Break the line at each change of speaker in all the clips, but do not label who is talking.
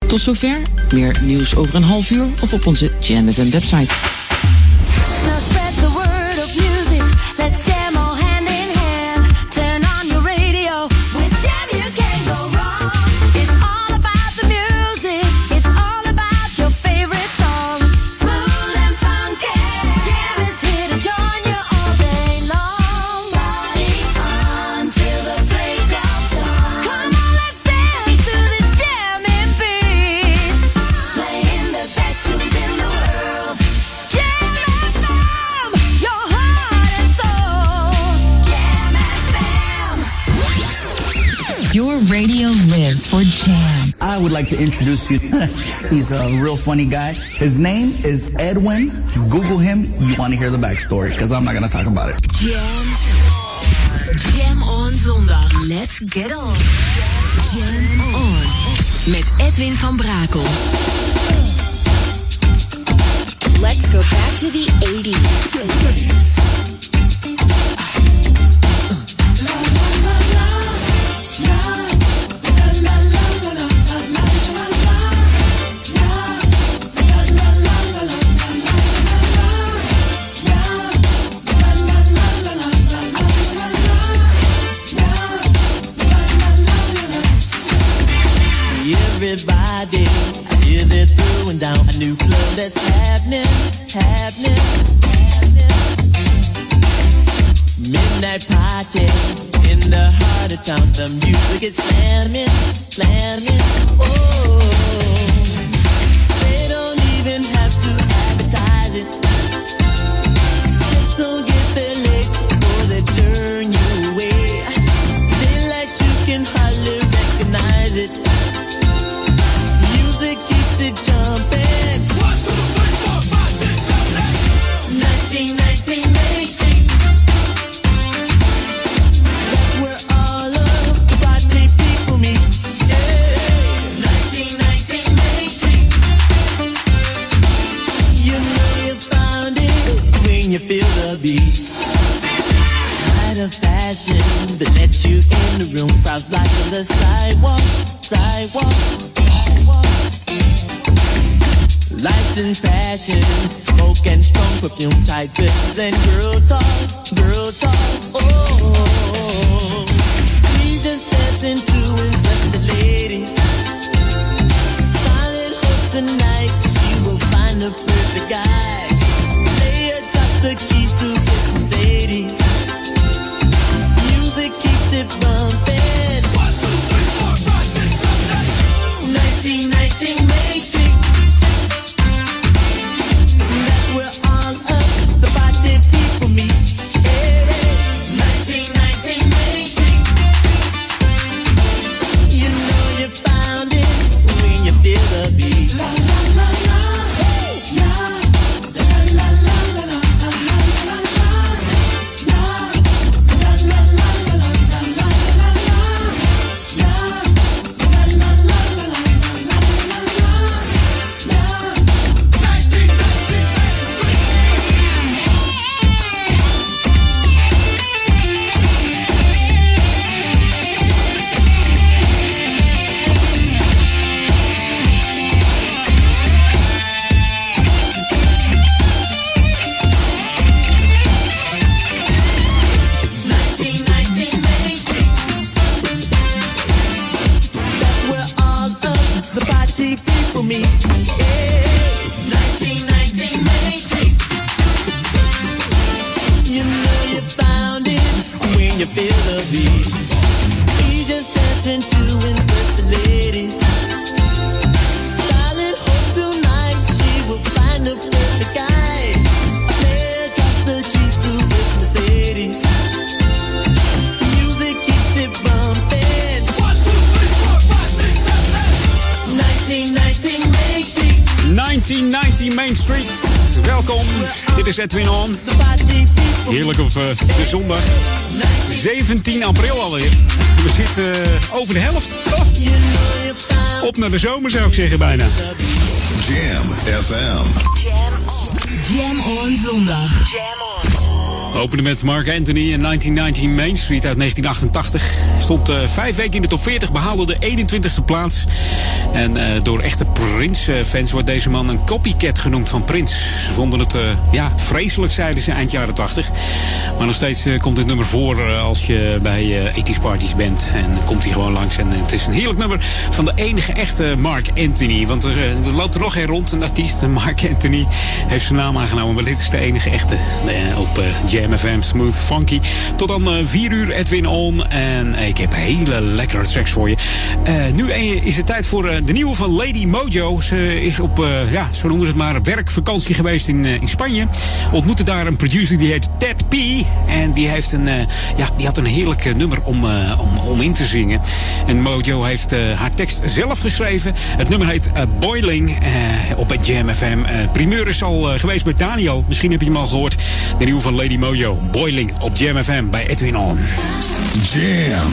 Tot zover. Meer nieuws over een half uur of op onze Jam FM website.
For Jam.
I would like to introduce you. He's a real funny guy. His name is Edwin. Google him. You want to hear the backstory because I'm not going to talk about it.
Jam on zondag. Let's get on. Jam on. Met Edwin van Brakel. Let's go back to the 80s.
Everybody, I hear they're throwing down a new club that's happening. Midnight party in the heart of town. The music is slamming. Oh, they don't even have to advertise it. Just don't get their leg or they turn you away. Daylight, you can hardly recognize it. Music keeps it jumping. 1, 2, 3, 4, 5, 6, 7, 8. 1919 Main Street. That's where all of the party people meet. Yeah. 1919 Main Street. You know you found it when you feel the beat. Light of fashion that let you in the room. Crowds blocking the sidewalk. Lights and fashion, smoke and strong perfume, tight dresses and girl talk. Oh, we just dancing to impress the ladies. Solid hope tonight, she will find the perfect guy. Lay atop the keys to his Mercedes. Music keeps it bumping. 1, 2, 3, 4, 5, 6, 7, 8. 1919 Main Street.
Main Street. Welkom, dit is Edwin On. Heerlijk op de zondag. 17 april alweer. We zitten over de helft. Oh. Op naar de zomer zou ik zeggen bijna.
Jam FM.
Jam on zondag. Jam on.
Opende met Mark Anthony en 1990 Main Street uit 1988. Stond 5 weken in de top 40, behaalde de 21ste plaats. En door echte Prince-fans wordt deze man een copycat genoemd van Prince. Ze vonden het vreselijk, zeiden ze eind jaren 80. Maar nog steeds komt dit nummer voor als je bij 80s parties bent. En dan komt hij gewoon langs. En het is een heerlijk nummer van de enige echte Mark Anthony. Want er loopt er nog geen rond, een artiest. Mark Anthony heeft zijn naam aangenomen. Maar dit is de enige echte op Jam FM, Smooth Funky. Tot dan 4 uur Edwin On. En ik heb hele lekkere tracks voor je. Nu is het tijd voor de nieuwe van Lady Mojo. Ze is op, zo noemen ze het maar, werkvakantie geweest in Spanje. Ontmoette daar een producer die heet Ted P. En die heeft die had een heerlijk nummer om in te zingen. En Mojo heeft haar tekst zelf geschreven. Het nummer heet Boiling op Jam FM. Primeur is al geweest bij Daniel. Misschien heb je hem al gehoord. De nieuwe van Lady Mojo. Boiling op Jam FM bij Edwin On.
Jam.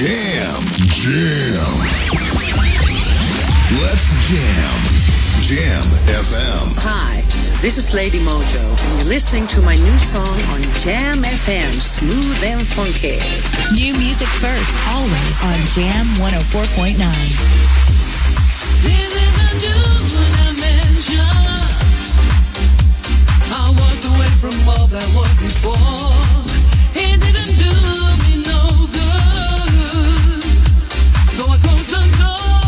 Let's jam. Jam FM.
Hi, this is Lady Mojo, and you're listening to my new song on Jam FM, Smooth and Funky.
New music first, always on Jam 104.9.
This is a new dimension. I walked away from all that was before. It didn't do me no good. So I closed the door.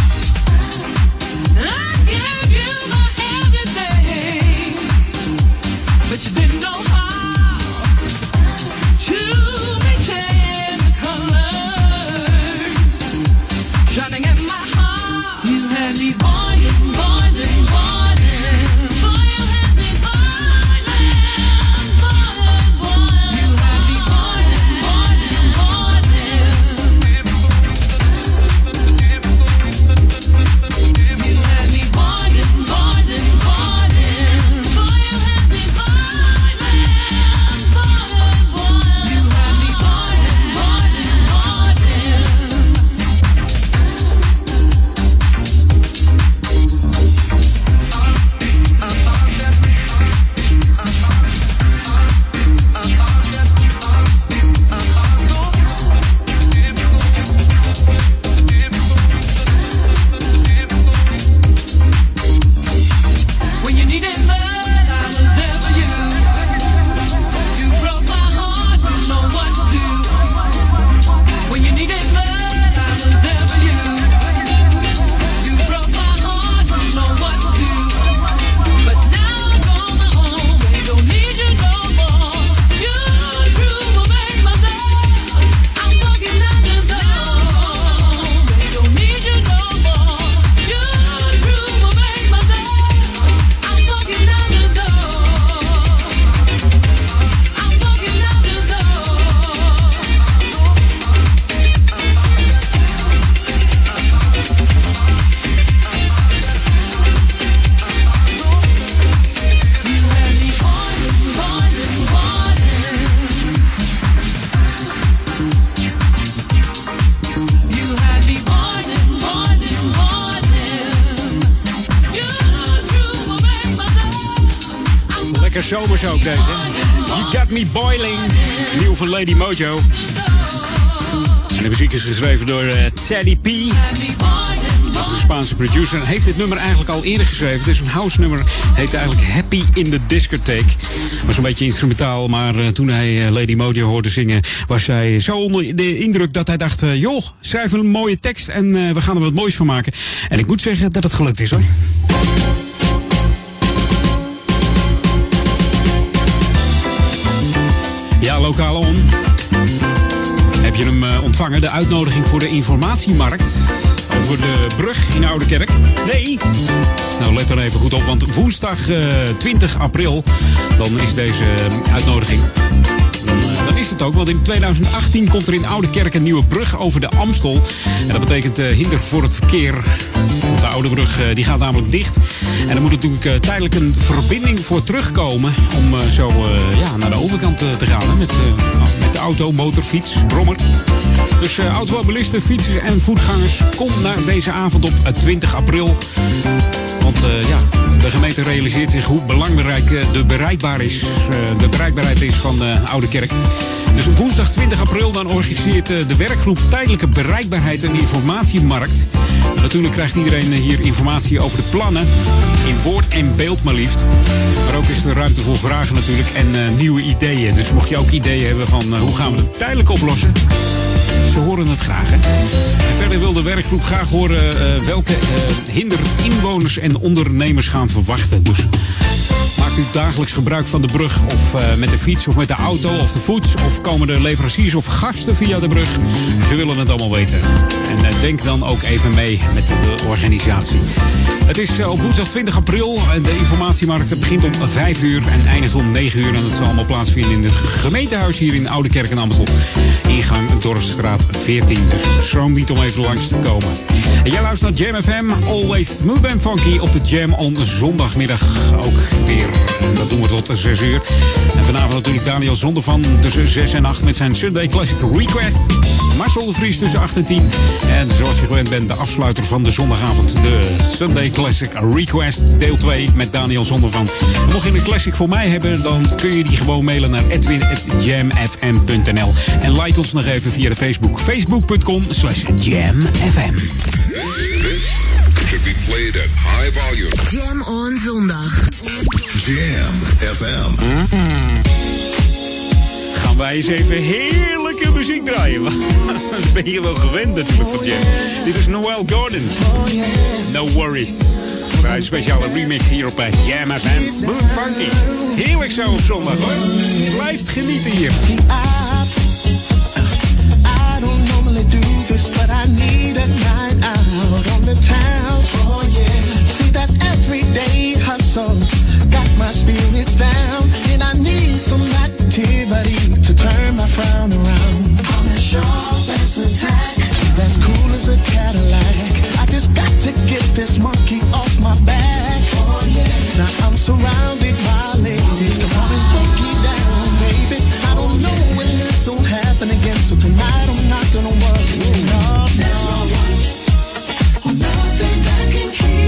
I gave you my everything, but you didn't know how to maintain the color shining in my heart. You had me boiling, boiling, boiling. Boy, you had me boiling, boiling, boiling. You had me boiling, boiling, boiling. You had me boiling, boiling, boiling. Boy, you had me boiling, boiling, boiling. You had me boiling, boiling, boiling. When you needed love, I was there for you. You broke my heart, didn't know what to do. When you needed love, I was there for you. You broke my heart, didn't know what to do. But now I'm going home, we don't need you no more. You true will make myself. I'm walking out the door. We don't need you no more. You true will make myself. I'm walking out the door. I'm walking out the door. You had me boiling, boiling, boiling. You had me boiling, boiling, boiling. You true will make myself.
Lekker zomers ook deze. You Got Me Boiling. Nieuw van Lady Mojo. En de muziek is geschreven door Teddy P. Dat is een Spaanse producer. En heeft dit nummer eigenlijk al eerder geschreven. Het is een house nummer. Heet eigenlijk Happy in the Discotheque. Was een beetje instrumentaal. Maar toen hij Lady Mojo hoorde zingen, was hij zo onder de indruk dat hij dacht, joh, schrijf een mooie tekst en we gaan er wat moois van maken. En ik moet zeggen dat het gelukt is, hoor. Ja, lokaal on. Heb je hem ontvangen, de uitnodiging voor de informatiemarkt over de brug in Oudekerk? Nee? Nou, let dan even goed op, want woensdag 20 april, dan is deze uitnodiging. Dan is het ook, want in 2018 komt er in Oudekerk een nieuwe brug over de Amstel. En dat betekent hinder voor het verkeer. Want de oude brug die gaat namelijk dicht. En er moet natuurlijk tijdelijk een verbinding voor terugkomen om naar de overkant te gaan. Hè, met de auto, motorfiets, brommer. Dus automobilisten, fietsers en voetgangers, kom naar deze avond op 20 april. Want De gemeente realiseert zich hoe belangrijk de bereikbaarheid is van Oude Kerk. Dus op woensdag 20 april dan organiseert de werkgroep Tijdelijke Bereikbaarheid en Informatiemarkt. Natuurlijk krijgt iedereen hier informatie over de plannen. In woord en beeld maar liefst. Maar ook is er ruimte voor vragen natuurlijk en nieuwe ideeën. Dus mocht je ook ideeën hebben van hoe gaan we het tijdelijk oplossen. Ze horen het graag, hè? En verder wil de werkgroep graag horen welke hinder inwoners en ondernemers gaan verwachten. Dus maakt u dagelijks gebruik van de brug of met de fiets of met de auto of de voet? Of komen er leveranciers of gasten via de brug? Ze willen het allemaal weten. En denk dan ook even mee met de organisatie. Het is op woensdag 20 april. De informatiemarkt begint om 5 uur en eindigt om 9 uur. En dat zal allemaal plaatsvinden in het gemeentehuis hier in Oude Kerk en Amstel. Ingang Dorpsstraat 14. Dus schroom niet om even langs te komen. En jij luistert naar Jam FM. Always smooth and funky op de Jam on zondagmiddag ook weer. En dat doen we tot 6 uur. En vanavond natuurlijk Daniel Zondervan tussen 6 en 8 met zijn Sunday Classic Request. Marcel de Vries tussen 8 en 10. En zoals je gewend bent, de afsluiter van de zondagavond. De Sunday Classic Request deel 2 met Daniel Zondervan. En mocht je een classic voor mij hebben, dan kun je die gewoon mailen naar edwin@jamfm.nl. En like ons nog even via de Facebook. Facebook.com/jamfm.
Should be played at high volume.
Jam on zondag.
Jam FM.
Gaan wij eens even heerlijke muziek draaien. Dat ben je wel gewend natuurlijk van Jam. Dit is Noel Gordon. No Worries. Een speciale remix hier op Jam FM. Smooth funky. Heerlijk zo op zondag hoor. Blijft genieten hier.
I don't normally do this, but I need a night out on the town. Oh yeah. See that everyday hustle got my spirits down, and I need some activity to turn my frown around. I'm as sharp as a tack, as cool as a Cadillac. I just got to get this monkey off my back. Oh yeah. Now I'm surrounded by ladies, come on and funky down, baby. I don't know when this will happen again, so tonight I'm not gonna worry. No, no, nothing that can keep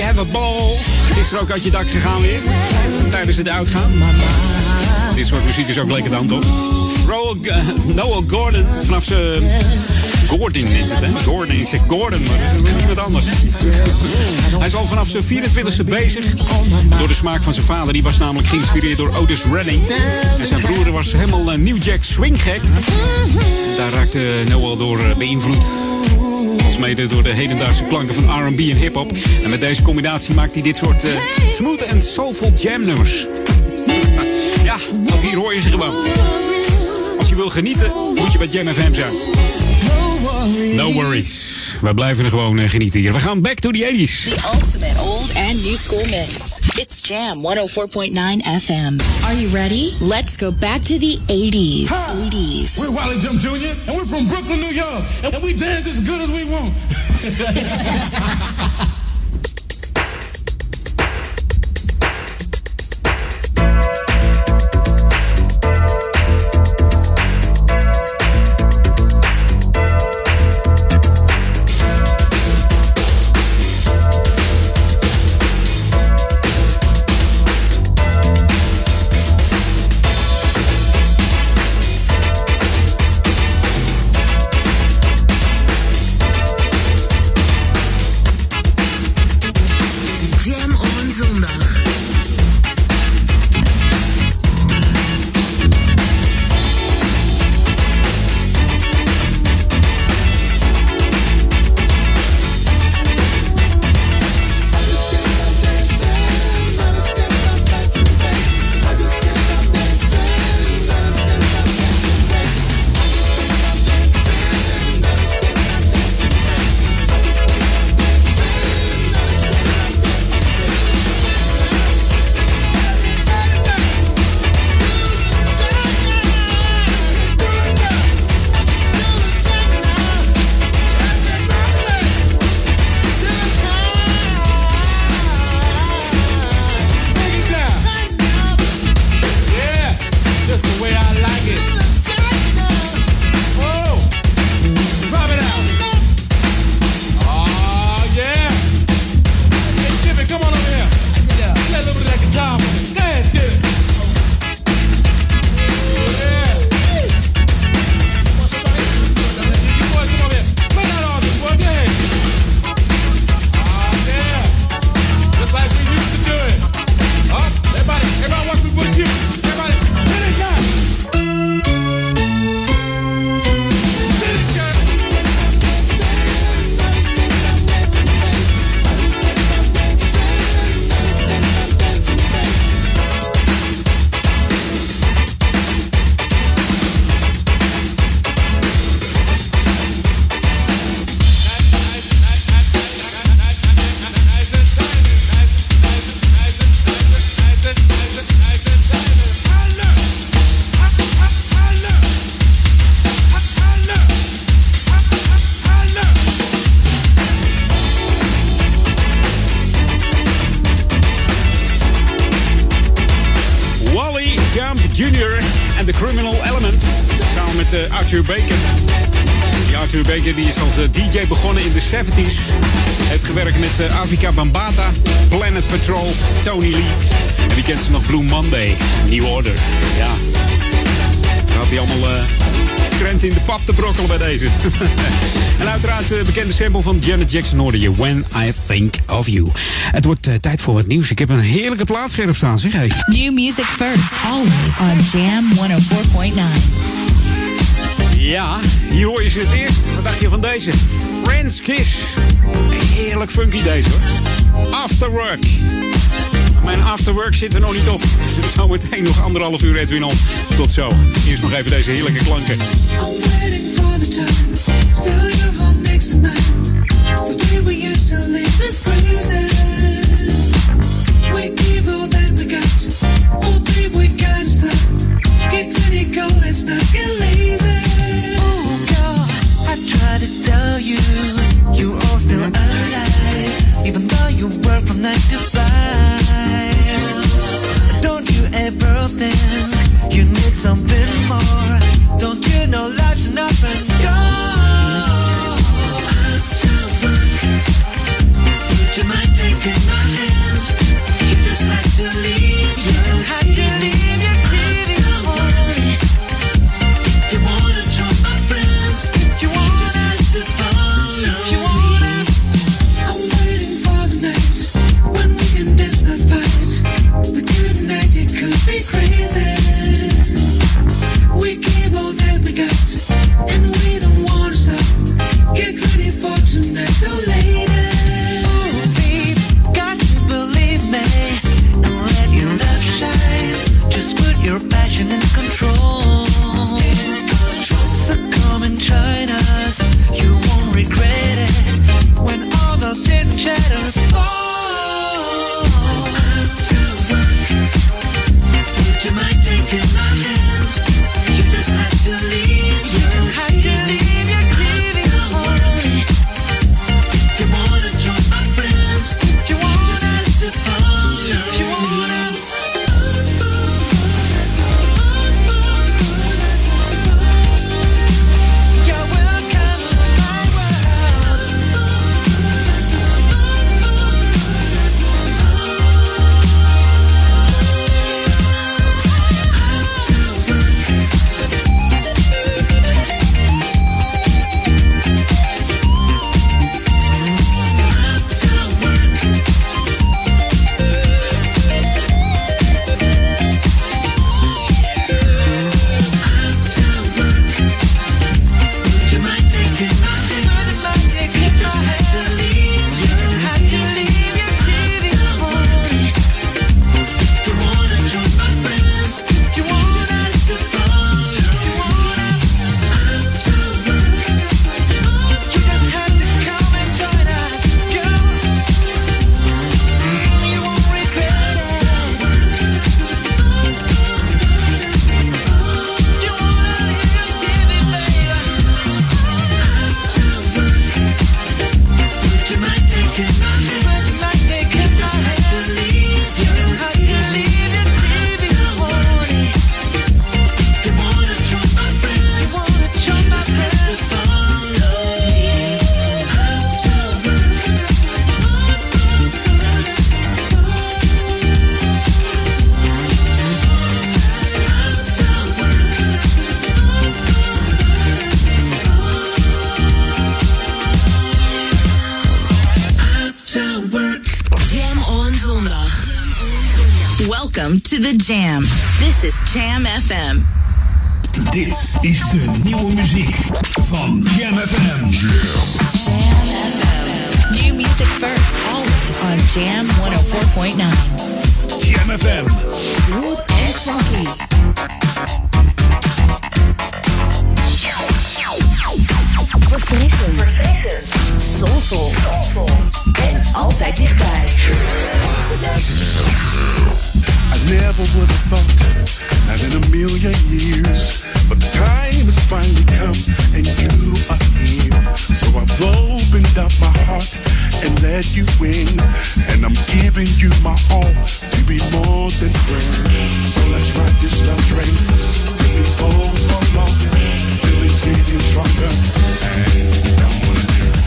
have a ball. Gisteren ook uit je dak gegaan weer. Tijdens het uitgaan. Dit soort muziek is ook lekker dan, toch? Noah Gordon. Vanaf zijn... Gordon is het, hè? Gordon. Ik zeg Gordon, maar dat is iemand anders. Hij is al vanaf zijn 24e bezig. Door de smaak van zijn vader. Die was namelijk geïnspireerd door Otis Redding. En zijn broer was helemaal New Jack Swing gek. Daar raakte Noah door beïnvloed. Als mede door de hedendaagse klanken van R&B en hip-hop. En met deze combinatie maakt hij dit soort smooth en soulful jam nummers. Ja, want hier hoor je ze gewoon. Als je wil genieten, moet je bij Jam FM zijn. No worries. Wij blijven er gewoon genieten hier. We gaan back to the 80s.
The ultimate old and new school mix. It's Jam 104.9 FM. Are you ready? Let's go back to the 80s.
Hi.
80s.
We're Wally Jump Jr. and we're from Brooklyn, New York. And we dance as good as we want.
Arthur Baker. Die Arthur Baker die is als DJ begonnen in de 70s. Heeft gewerkt met Afrika Bambaataa, Planet Patrol, Tony Lee. En wie kent ze nog? Blue Monday, New Order. Ja, dan had hij allemaal krenten in de pap te brokkelen bij deze. En uiteraard de bekende sample van Janet Jackson hoorde je, When I Think of You. Het wordt tijd voor wat nieuws. Ik heb een heerlijke plaatscherp staan, zeg hé.
New music first, always on Jam 104.9.
Ja, hier hoor je ze het eerst. Wat dacht je van deze? Friends Kiss. Heerlijk funky deze hoor. Afterwork. Mijn afterwork zit er nog niet op. Dus zometeen nog 1,5 uur Edwin On. Tot zo. Eerst nog even deze heerlijke klanken.
Try to tell you, you all still alive, even though you work from 9 to 5. Don't you ever think you need something more? Don't you know life's enough and go? After work,
zondag. Welcome to the Jam. This is Jam FM.
Dit is de nieuwe muziek van Jam FM.
Jam FM. New music first, always on Jam 104.9.
Jam FM.
Smooth and funky. Verfrissend. Soulful. En altijd dichtbij.
I never would have thought, not in a million years, but the time has finally come and you are here. So I've opened up my heart and let you in, and I'm giving you my all to be more than friends. So let's ride this love train till we both along, till it's getting stronger, and I wanna do it.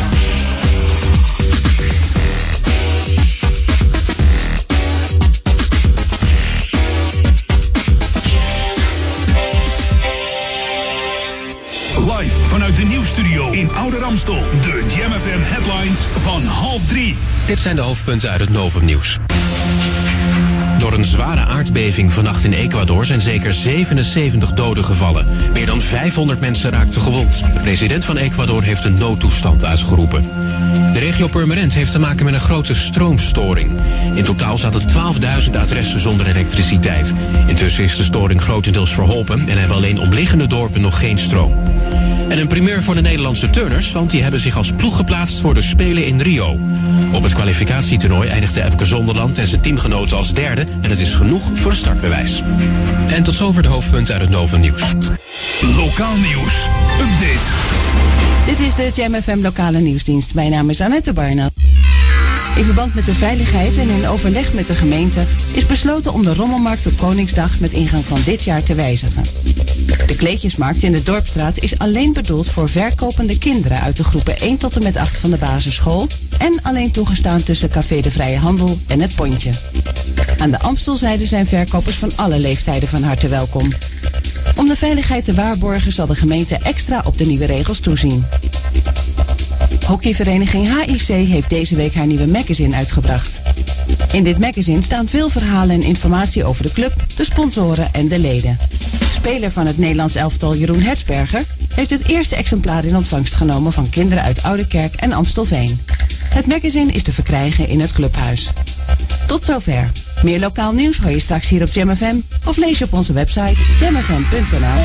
Live vanuit de nieuwsstudio in Oude Ramstel. De Jam FM headlines van 2:30.
Dit zijn de hoofdpunten uit het Novum Nieuws. Door een zware aardbeving vannacht in Ecuador zijn zeker 77 doden gevallen. Meer dan 500 mensen raakten gewond. De president van Ecuador heeft een noodtoestand uitgeroepen. De regio Purmerend heeft te maken met een grote stroomstoring. In totaal zaten 12.000 adressen zonder elektriciteit. Intussen is de storing grotendeels verholpen en hebben alleen omliggende dorpen nog geen stroom. En een primeur voor de Nederlandse turners, want die hebben zich als ploeg geplaatst voor de Spelen in Rio. Op het kwalificatietoernooi eindigde Epke Zonderland en zijn teamgenoten als derde en het is genoeg voor een startbewijs. En tot zover de hoofdpunten uit het Novum Nieuws.
Lokaal nieuws. Update.
Dit is de Jam FM lokale nieuwsdienst. Mijn naam is Annette Barnard. In verband met de veiligheid en in overleg met de gemeente is besloten om de rommelmarkt op Koningsdag met ingang van dit jaar te wijzigen. De kleedjesmarkt in de Dorpsstraat is alleen bedoeld voor verkopende kinderen uit de groepen 1 tot en met 8 van de basisschool en alleen toegestaan tussen Café de Vrije Handel en het Pontje. Aan de Amstelzijde zijn verkopers van alle leeftijden van harte welkom. Om de veiligheid te waarborgen zal de gemeente extra op de nieuwe regels toezien. Hockeyvereniging HIC heeft deze week haar nieuwe magazine uitgebracht. In dit magazine staan veel verhalen en informatie over de club, de sponsoren en de leden. Speler van het Nederlands elftal Jeroen Hertzberger heeft het eerste exemplaar in ontvangst genomen van kinderen uit Oudekerk en Amstelveen. Het magazine is te verkrijgen in het clubhuis. Tot zover. Meer lokaal nieuws hoor je straks hier op Jam FM of lees je op onze website jamfm.nl.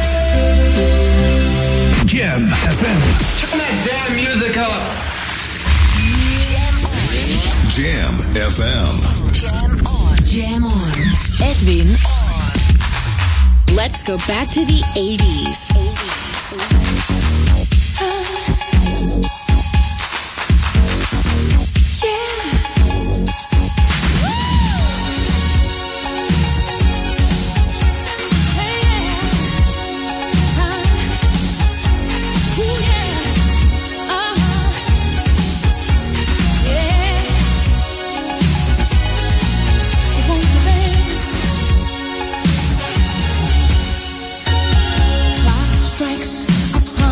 Jam FM.
Turn that damn music up.
Jam FM.
Jam on. Jam on. Edwin on. Let's go back to the 80s.
Strikes upon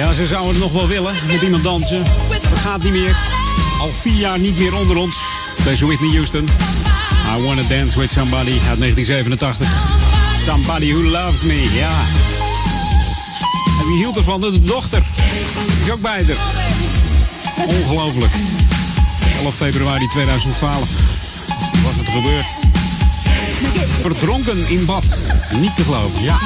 Ja, ze zouden het nog wel willen, met iemand dansen. Dat gaat niet meer. Al 4 jaar niet meer onder ons. Deze Whitney Houston. I Wanna Dance With Somebody uit 1987. Somebody Who Loves Me, ja. En wie hield ervan? De dochter. Die is ook bij haar. Ongelooflijk. 11 februari 2012 was het gebeurd. Verdronken in bad. Niet te geloven, ja.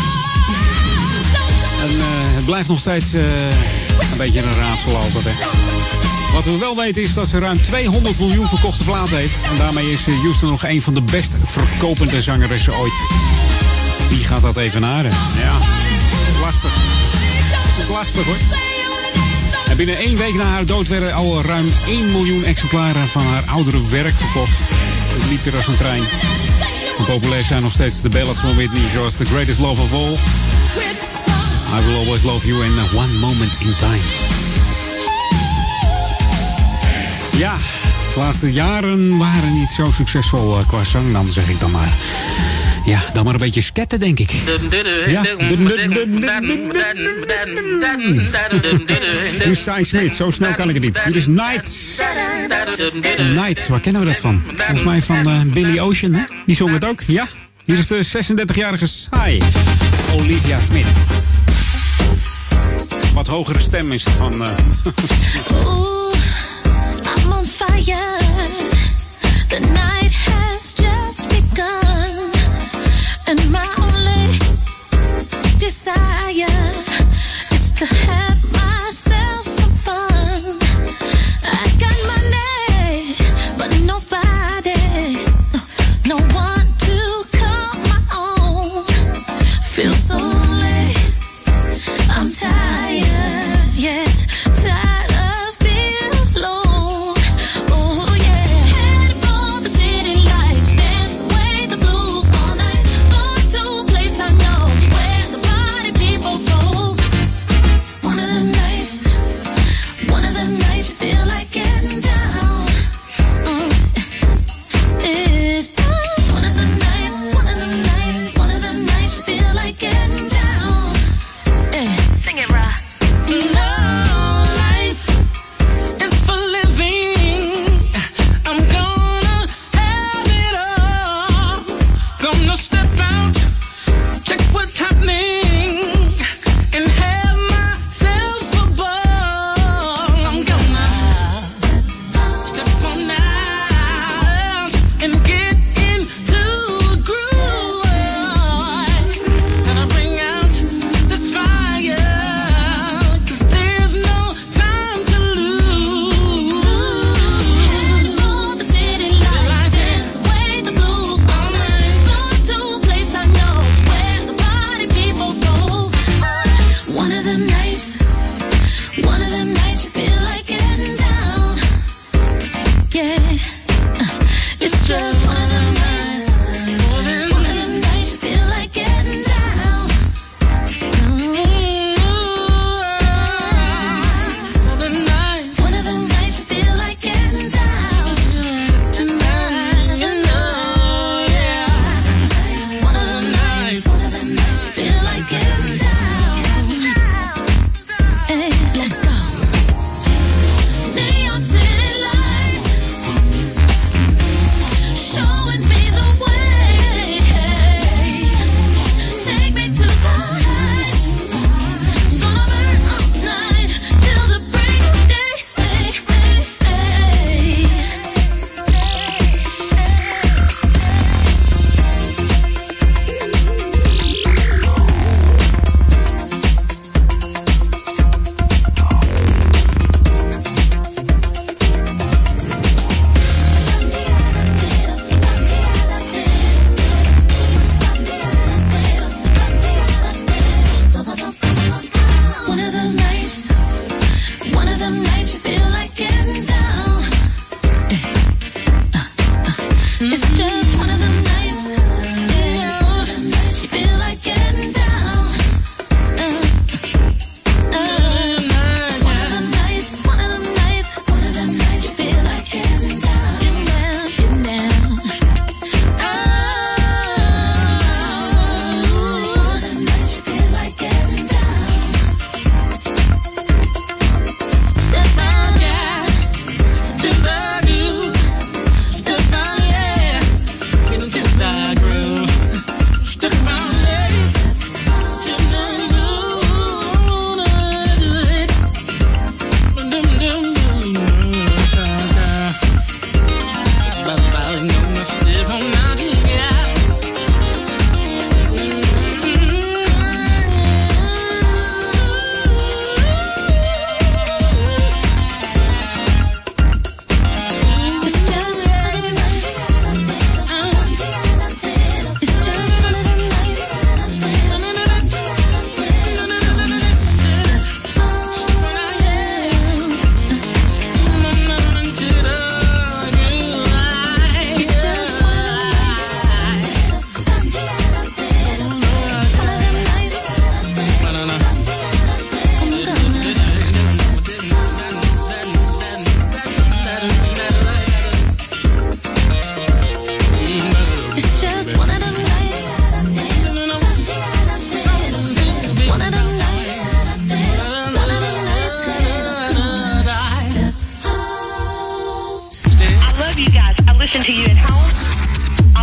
En het blijft nog steeds een beetje een raadsel altijd, hè. Wat we wel weten is dat ze ruim 200 miljoen verkochte platen heeft. En daarmee is Houston nog een van de best verkopende zangeressen ooit. Wie gaat dat evenaren? Ja, lastig. Dat is lastig, hoor. En binnen 1 week na haar dood werden al ruim 1 miljoen exemplaren van haar oudere werk verkocht. Het liep er als een trein. En populair zijn nog steeds de ballads van Whitney, zoals The Greatest Love of All, I Will Always Love You and One Moment in Time. Ja, de laatste jaren waren niet zo succesvol qua zang, dan zeg ik dan maar. Ja, dan maar een beetje sketten, denk ik. Ja. Hier is Sy Smith, zo snel kan ik het niet. Hier is Night. Night, waar kennen we dat van? Volgens mij van Billy Ocean, hè? Die zong het ook, ja. Hier is de 36-jarige Sy. Olivia Smith. Wat hogere stem is het van...
Ooh, I'm on fire. The night has just begun. And my only desire is to have myself some fun. I got money, but nobody, no one to call my own. Feel so lonely, I'm tired, yes, tired of being alone. Oh yeah, headed for the city lights, stand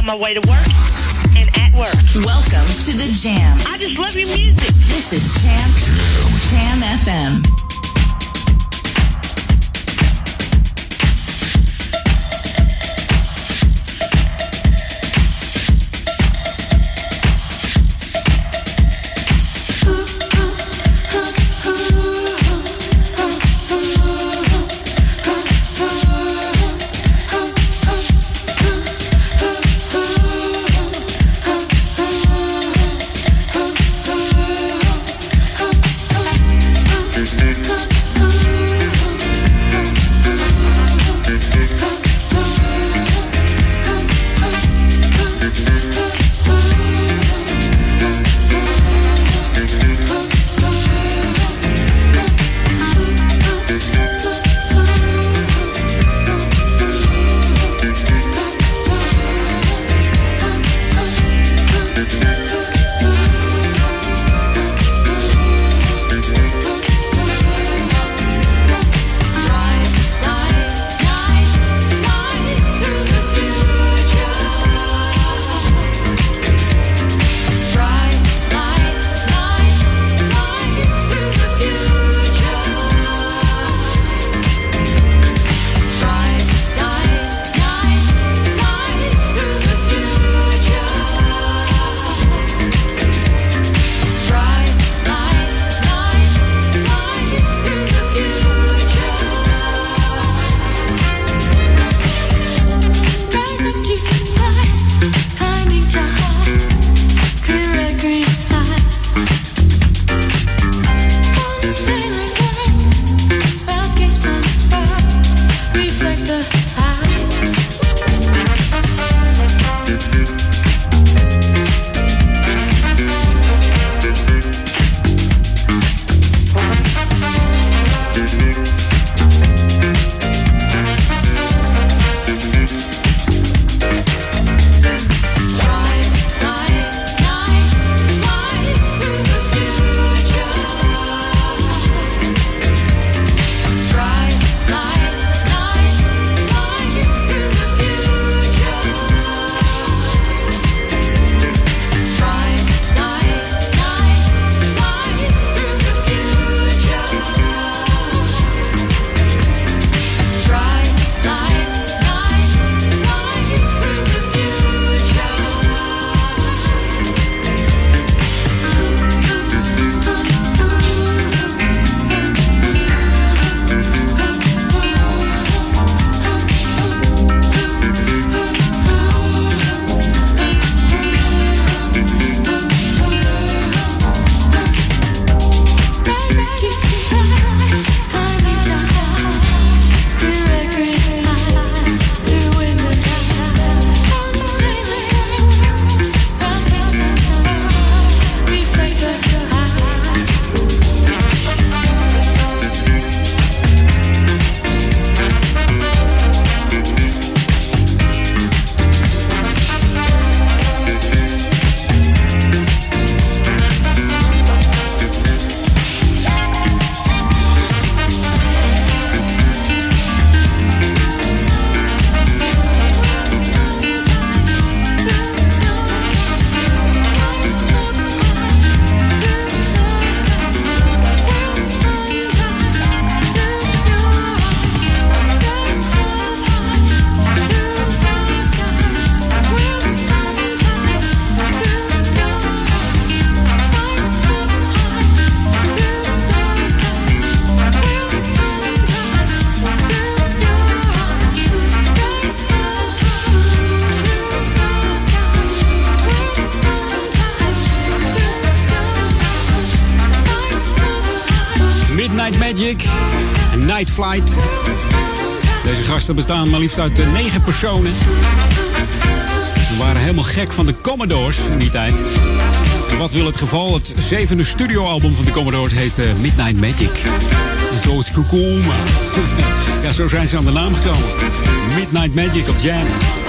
on my way to work and at work.
Welcome to the Jam.
I just love your music.
This is Jam FM.
Midnight Magic, Night Flight. Deze gasten bestaan maar liefst uit 9 personen. We waren helemaal gek van de Commodores in die tijd. En wat wil het geval? Het 7e studioalbum van de Commodores heet Midnight Magic. En zo is het gekomen. Ja, zo zijn ze aan de naam gekomen. Midnight Magic op Jam.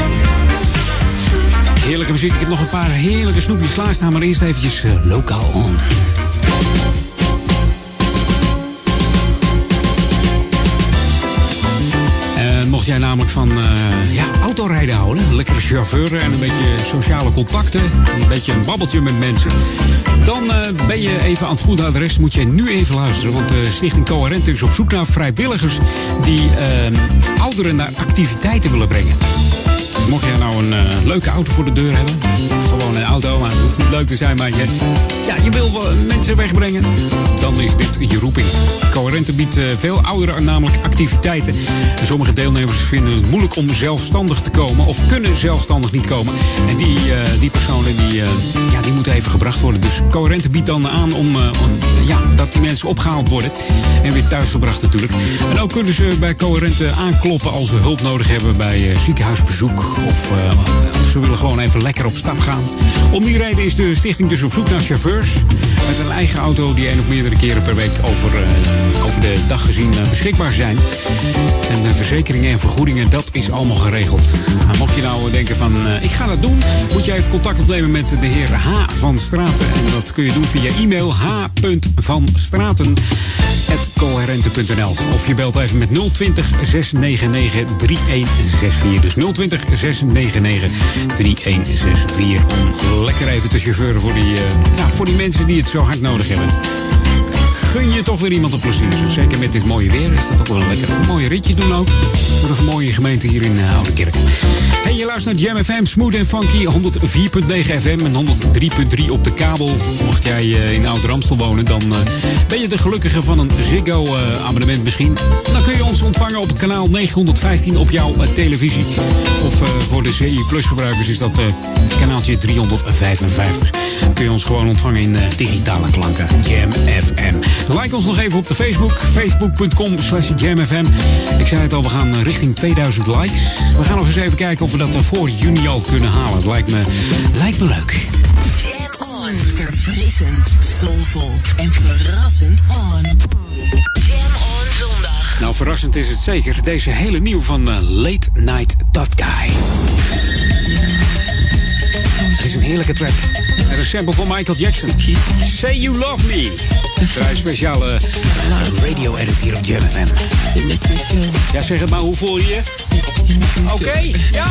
Heerlijke muziek. Ik heb nog een paar heerlijke snoepjes klaarstaan, maar eerst eventjes lokaal on. mocht jij namelijk van autorijden houden, lekkere chauffeur en een beetje sociale contacten, een beetje een babbeltje met mensen, dan ben je even aan het goede adres. Moet je nu even luisteren, want de Stichting Coherente is op zoek naar vrijwilligers die ouderen naar activiteiten willen brengen. Dus mocht jij nou een leuke auto voor de deur hebben, of gewoon een auto, maar het hoeft niet leuk te zijn, maar je wil wel mensen wegbrengen, dan is dit je roeping. Coherente biedt veel ouderen namelijk activiteiten. En sommige deelnemers vinden het moeilijk om zelfstandig te komen of kunnen zelfstandig niet komen. En die personen die moeten even gebracht worden. Dus Coherente biedt dan aan om dat die mensen opgehaald worden en weer thuisgebracht natuurlijk. En ook kunnen ze bij Coherente aankloppen als ze hulp nodig hebben bij ziekenhuisbezoek. Of ze willen gewoon even lekker op stap gaan. Om die reden is de stichting dus op zoek naar chauffeurs met een eigen auto die 1 of meerdere keren per week over de dag gezien beschikbaar zijn. En de verzekeringen en vergoedingen, dat is allemaal geregeld. Nou, mocht je nou denken van ik ga dat doen, moet je even contact opnemen met de heer H. van Straten. En dat kun je doen via e-mail h.vanstraten@coherente.nl. Of je belt even met 020 699 3164. Dus 020 699 3164. Om lekker even te chauffeuren voor die mensen die het zo hard nodig hebben. Gun je toch weer iemand een plezier. Zeker met dit mooie weer is dat ook wel een lekker mooi ritje doen ook. Voor een mooie gemeente hier in Oudekerk. Hey, je luistert naar Jam FM, Smooth and Funky, 104.9 FM en 103.3 op de kabel. Mocht jij in Ouder-Amstel wonen, dan ben je de gelukkige van een Ziggo-abonnement misschien. Dan kun je ons ontvangen op kanaal 915 op jouw televisie. Of voor de CI Plus gebruikers is dat kanaaltje 355. Dan kun je ons gewoon ontvangen in digitale klanken. Jam FM. Like ons nog even op de Facebook. Facebook.com/JamFM. Ik zei het al, we gaan richting 2000 likes. We gaan nog eens even kijken of we dat voor juni al kunnen halen. Het lijkt me leuk.
Jam on. Verfrissend, soulvol en verrassend on. Jam on zondag.
Nou, verrassend is het zeker. Deze hele nieuw van Late Night Tough Guy. Het is een heerlijke track. En een sample van Michael Jackson. Say You Love Me. Een vrij speciale radio-edit hier op Jam FM. Ja, zeg het maar, hoe voel je je? Oké, ja.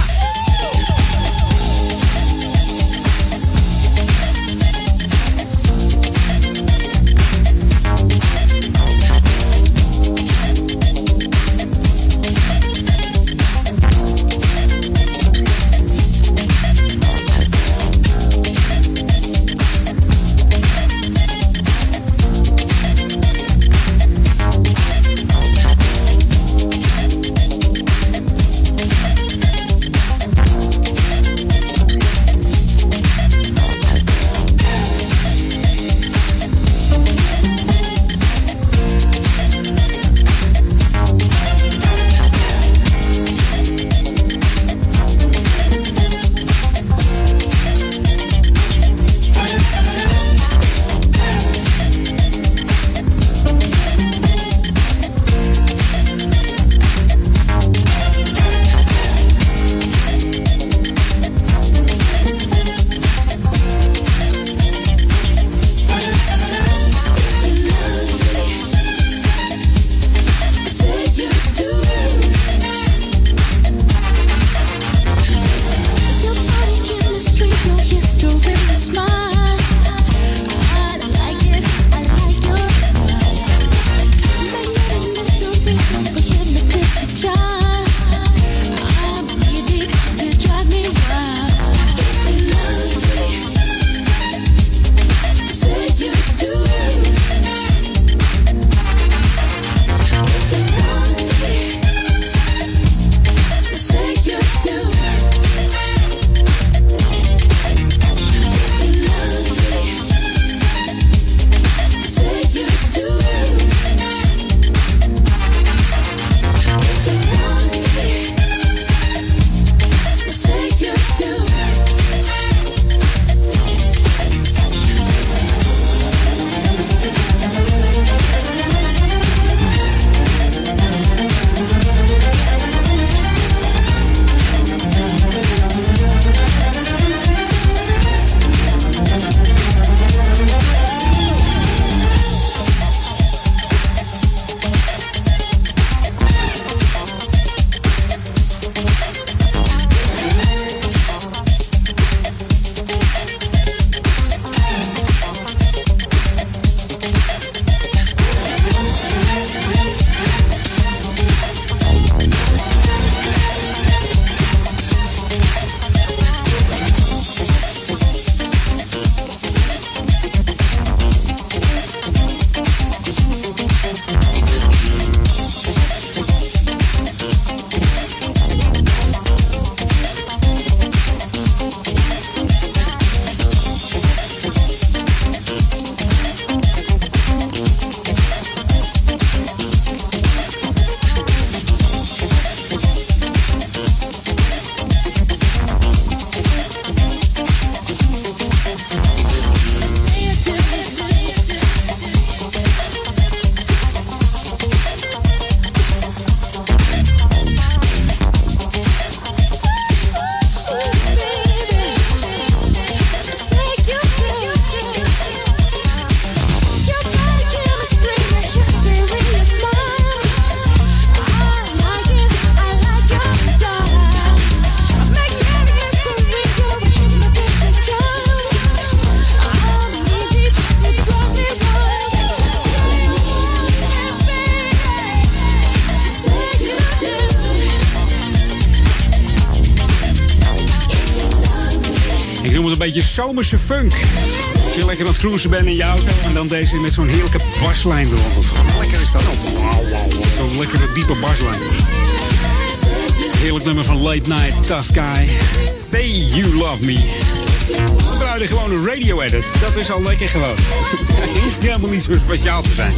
noem het een beetje zomerse funk. Als je lekker aan het cruisen bent in je auto en dan deze met zo'n heerlijke baslijn eronder. Lekker is dat ook. Wauw, zo'n lekkere diepe baslijn. Heerlijk nummer van Late Night Tough Guy. Say You Love Me. We draaien gewoon een radio edit. Dat is al lekker gewoon. Het hoeft helemaal niet zo speciaal te zijn.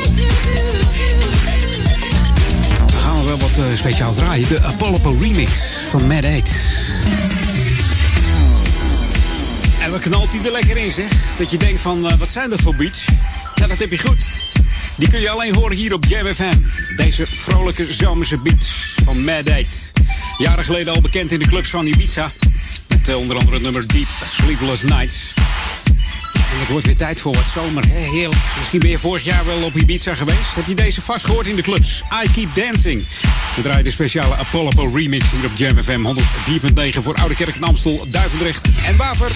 Dan gaan we wel wat speciaals draaien. De Apollo remix van Mad 8. En wat knalt die er lekker in, zeg. Dat je denkt van, wat zijn dat voor beats? Ja, dat heb je goed. Die kun je alleen horen hier op Jam FM. Deze vrolijke zomerse beats van Mad 8. Jaren geleden al bekend in de clubs van Ibiza. Met onder andere het nummer Deep Sleepless Nights. En het wordt weer tijd voor wat zomer. Heerlijk. Misschien ben je vorig jaar wel op Ibiza geweest. Heb je deze vast gehoord in de clubs? I Keep Dancing. We draaien de speciale Apollo remix hier op Jam FM 104.9 voor Oude Kerk en Amstel, Duivendrecht en Waver.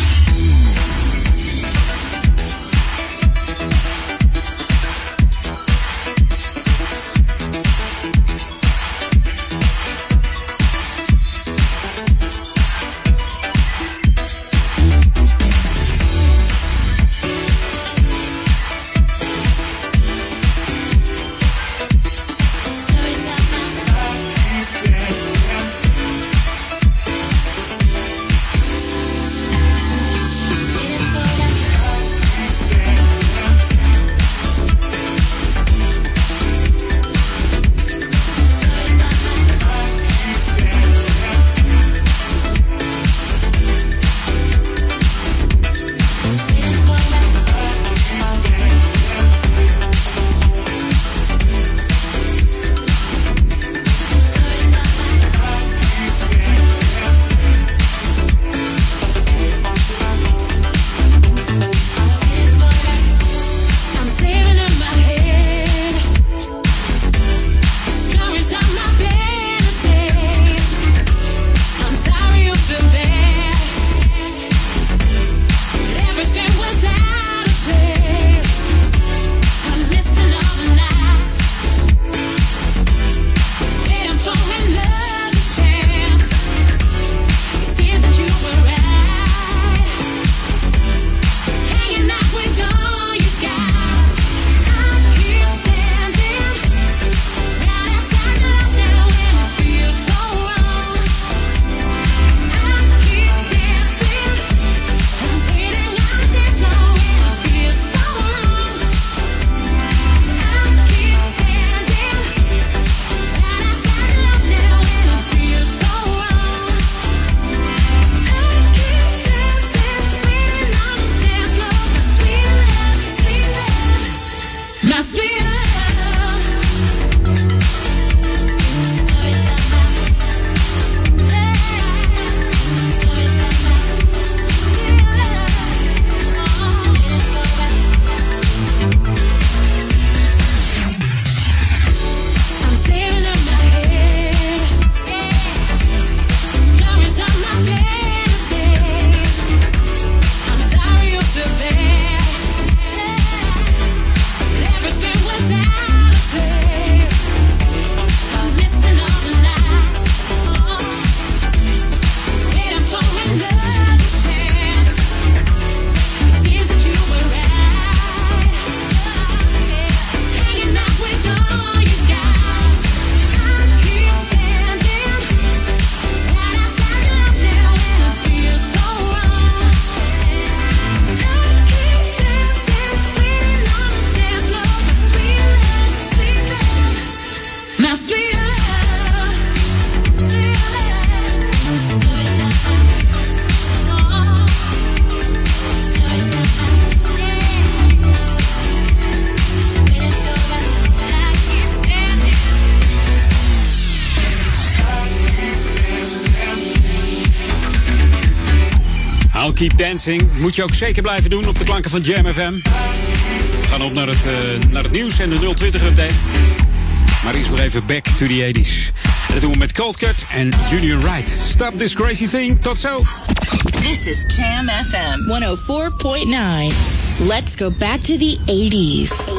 Keep Dancing. Moet je ook zeker blijven doen op de klanken van Jam FM. We gaan op naar het nieuws en de 020-update. Maar eerst nog even back to the 80s. En dat doen we met Cold Cut en Junior Wright. Stop this crazy thing. Tot zo.
This is Jam FM 104.9. Let's go back to the 80s.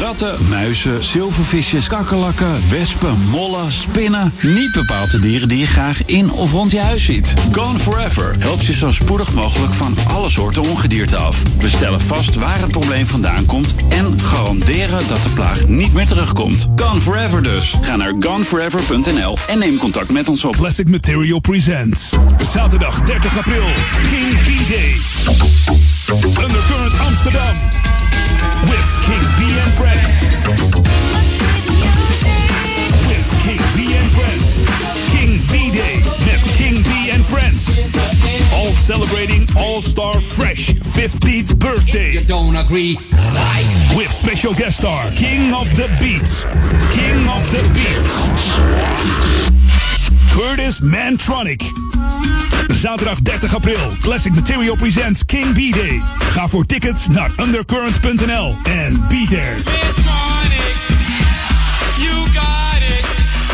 Ratten, muizen, zilvervisjes, kakkerlakken, wespen, mollen, spinnen. Niet bepaalde dieren die je graag in of rond je huis ziet. Gone Forever helpt je zo spoedig mogelijk van alle soorten ongedierte af. We stellen vast waar het probleem vandaan komt en garanderen dat de plaag niet meer terugkomt. Gone Forever dus. Ga naar goneforever.nl en neem contact met ons op.
Plastic Material Presents. Zaterdag 30 april. King B-Day. Undercurrent Amsterdam. With King B and Friends. With King B and Friends. King B-Day met King B and Friends. All celebrating All-Star Fresh 50th birthday. You don't agree, right? With special guest star King of the Beats. King of the Beats. Curtis Mantronic. Zaterdag 30 april. Classic Material presents King B-Day. Ga voor tickets naar undercurrent.nl en be there.
Mantronic, you got it.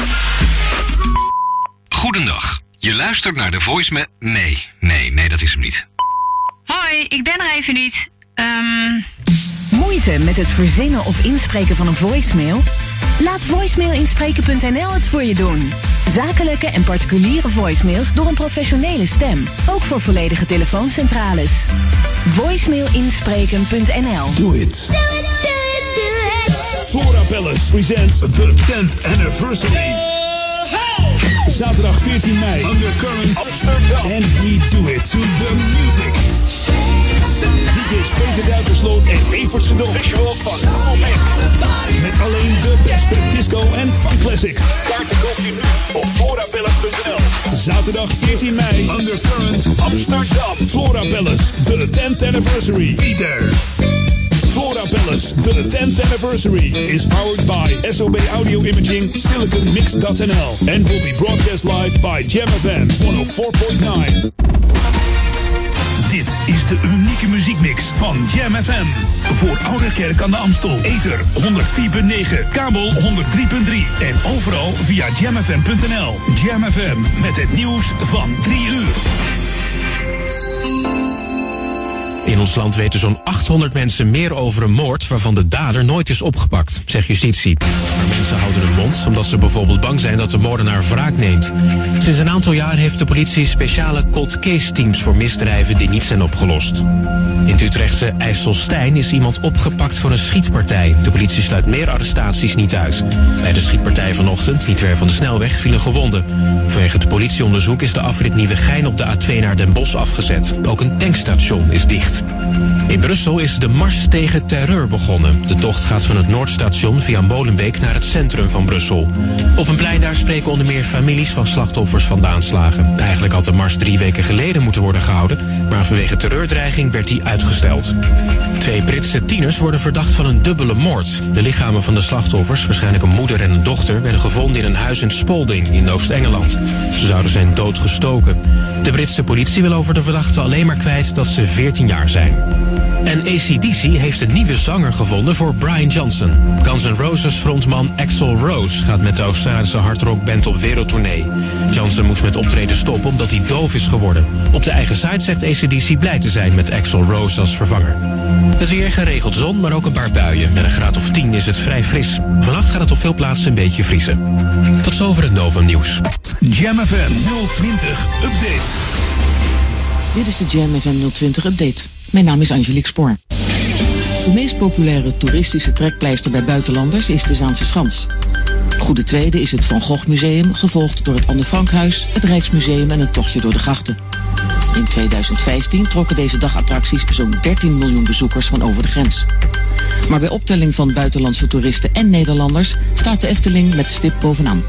Goedendag. Je luistert naar de voicemail... Nee, dat is hem niet.
Hoi, ik ben er even niet.
Moeite met het verzinnen of inspreken van een voicemail? Laat voicemailinspreken.nl het voor je doen. Zakelijke en particuliere voicemails door een professionele stem. Ook voor volledige telefooncentrales. Voicemailinspreken.nl.
Do it. Flora Palace presents the 10th anniversary. Zaterdag 14 mei. Undercurrent Amsterdam. And we do it to the music. DJ's Peter Duikersloot en Evert Sedon. Visuals van Rolmek. Met alleen de beste disco en funk classics. Kaarten koop je nu op florapalace.nl. Zaterdag 14 mei. Undercurrent Amsterdam. Flora Palace, the 10th anniversary. Be there. Flora Palace, the 10th anniversary, is powered by SOB Audio Imaging, SiliconMix.nl, and will be broadcast live by Jam FM 104.9. Dit is de unieke muziekmix van Jam FM. Voor Ouderkerk aan de Amstel. Ether 104.9, kabel 103.3 en overal via jamfm.nl. Jam FM met het nieuws van 3 uur.
In ons land weten zo'n 800 mensen meer over een moord waarvan de dader nooit is opgepakt, zegt justitie. Maar mensen houden hun mond omdat ze bijvoorbeeld bang zijn dat de moordenaar wraak neemt. Sinds een aantal jaar heeft de politie speciale cold case teams voor misdrijven die niet zijn opgelost. In het Utrechtse IJsselstein is iemand opgepakt voor een schietpartij. De politie sluit meer arrestaties niet uit. Bij de schietpartij vanochtend, niet ver van de snelweg, vielen gewonden. Vanwege het politieonderzoek is de afrit Nieuwegein op de A2 naar Den Bosch afgezet. Ook een tankstation is dicht. In Brussel is de Mars tegen terreur begonnen. De tocht gaat van het Noordstation via Molenbeek naar het centrum van Brussel. Op een plein daar spreken onder meer families van slachtoffers van de aanslagen. Eigenlijk had de Mars 3 weken geleden moeten worden gehouden, maar vanwege terreurdreiging werd die uitgesteld. 2 Britse tieners worden verdacht van een dubbele moord. De lichamen van de slachtoffers, waarschijnlijk een moeder en een dochter, werden gevonden in een huis in Spalding in Oost-Engeland. Ze zouden zijn doodgestoken. De Britse politie wil over de verdachten alleen maar kwijt dat ze 14 jaar zijn. En AC/DC heeft een nieuwe zanger gevonden voor Brian Johnson. Guns N' Roses frontman Axl Rose gaat met de Australische hardrockband op wereldtournee. Johnson moest met optreden stoppen omdat hij doof is geworden. Op de eigen site zegt AC/DC blij te zijn met Axl Rose als vervanger. Het weer, geregeld zon, maar ook een paar buien. Met een graad of 10 is het vrij fris. Vannacht gaat het op veel plaatsen een beetje vriezen. Tot zover het Novum Nieuws.
Jam FM 020 Update.
Dit is de Jam FM 020 Update. Mijn naam is Angelique Spoor. De meest populaire toeristische trekpleister bij buitenlanders is de Zaanse Schans. Goede tweede is het Van Gogh Museum, gevolgd door het Anne Frankhuis, het Rijksmuseum en een tochtje door de grachten. In 2015 trokken deze dagattracties zo'n 13 miljoen bezoekers van over de grens. Maar bij optelling van buitenlandse toeristen en Nederlanders staat de Efteling met stip bovenaan.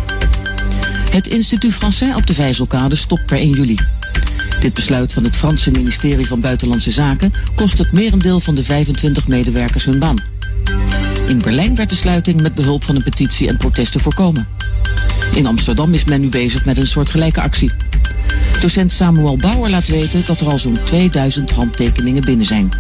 Het Institut Français op de Vijzelkade stopt per 1 juli. Dit besluit van het Franse ministerie van Buitenlandse Zaken kost het merendeel van de 25 medewerkers hun baan. In Berlijn werd de sluiting met behulp van een petitie en protesten voorkomen. In Amsterdam is men nu bezig met een soortgelijke actie. Docent Samuel Bauer laat weten dat er al zo'n 2000 handtekeningen binnen zijn.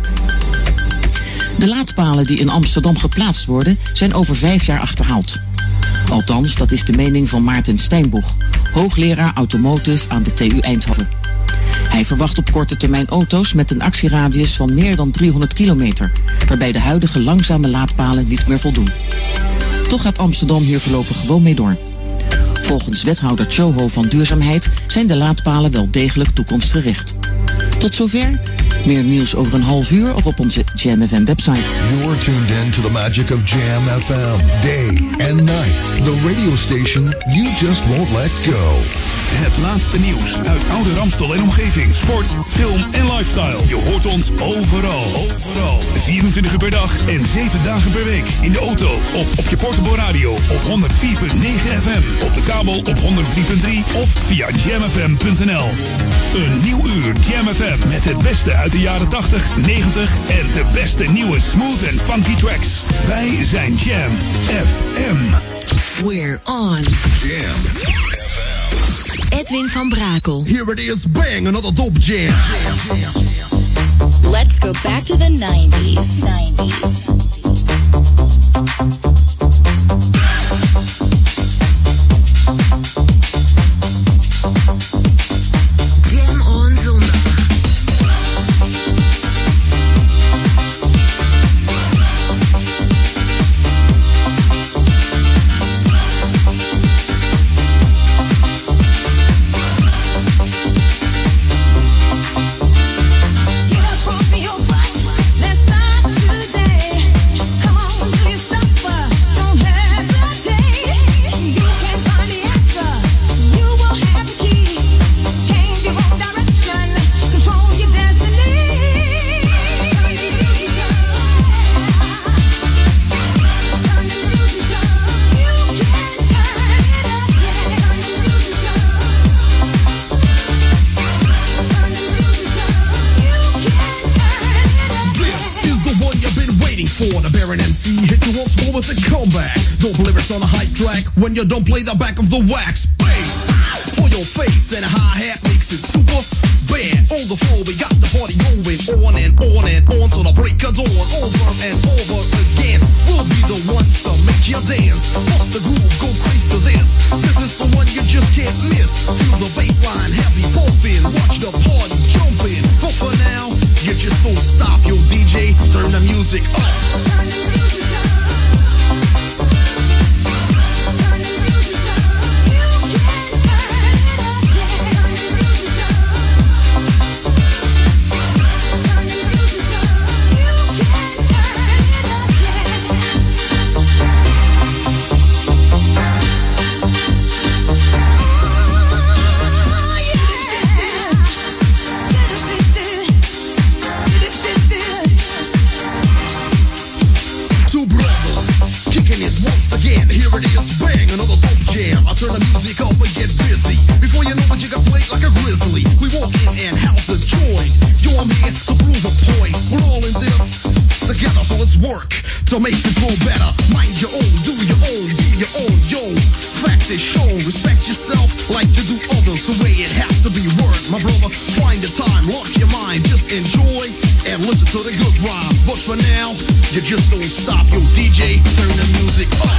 De laadpalen die in Amsterdam geplaatst worden zijn over 5 jaar achterhaald. Althans, dat is de mening van Maarten Steinboeg, hoogleraar automotive aan de TU Eindhoven. Hij verwacht op korte termijn auto's met een actieradius van meer dan 300 kilometer, waarbij de huidige langzame laadpalen niet meer voldoen. Toch gaat Amsterdam hier voorlopig gewoon mee door. Volgens wethouder Choho van Duurzaamheid zijn de laadpalen wel degelijk toekomstgericht. Tot zover. Meer nieuws over een half uur of op onze Jam FM website.
You're tuned in to the magic of Jam FM. Day and night. The radio station you just won't let go.
Het laatste nieuws uit oude Ramstel en omgeving. Sport, film en lifestyle. Je hoort ons overal. 24 uur per dag en 7 dagen per week. In de auto of op je portable radio op 104.9 FM. Op de kabel op 103.3 of via jamfm.nl. Een nieuw uur Jam FM met het beste uit de jaren 80, 90 en de beste nieuwe smooth en funky tracks. Wij zijn Jam FM.
We're on.
Jam.
Edwin van Brakel.
Here it is, bang, another dope jam.
Let's go back to the 90s.
Jam on zondag.
When you don't play the back of the wax bass for your face and a hi-hat makes it super bad. On the floor we got the party going on and on and on till the break of dawn. Over and over again, we'll be the ones to make you dance. Bust the groove, go crazy to this. This is the one you just can't miss. Feel the bassline heavy pumping, watch the party jumping. But for now, you just don't stop, yo DJ, turn the music up. To make this world better, mind your own, do your own, be your own, yo. Fact is shown, respect yourself like to do others the way it has to be. Word, my brother, find the time, lock your mind, just enjoy and listen to the good rhymes. But for now, you just don't stop, yo DJ, turn the music up.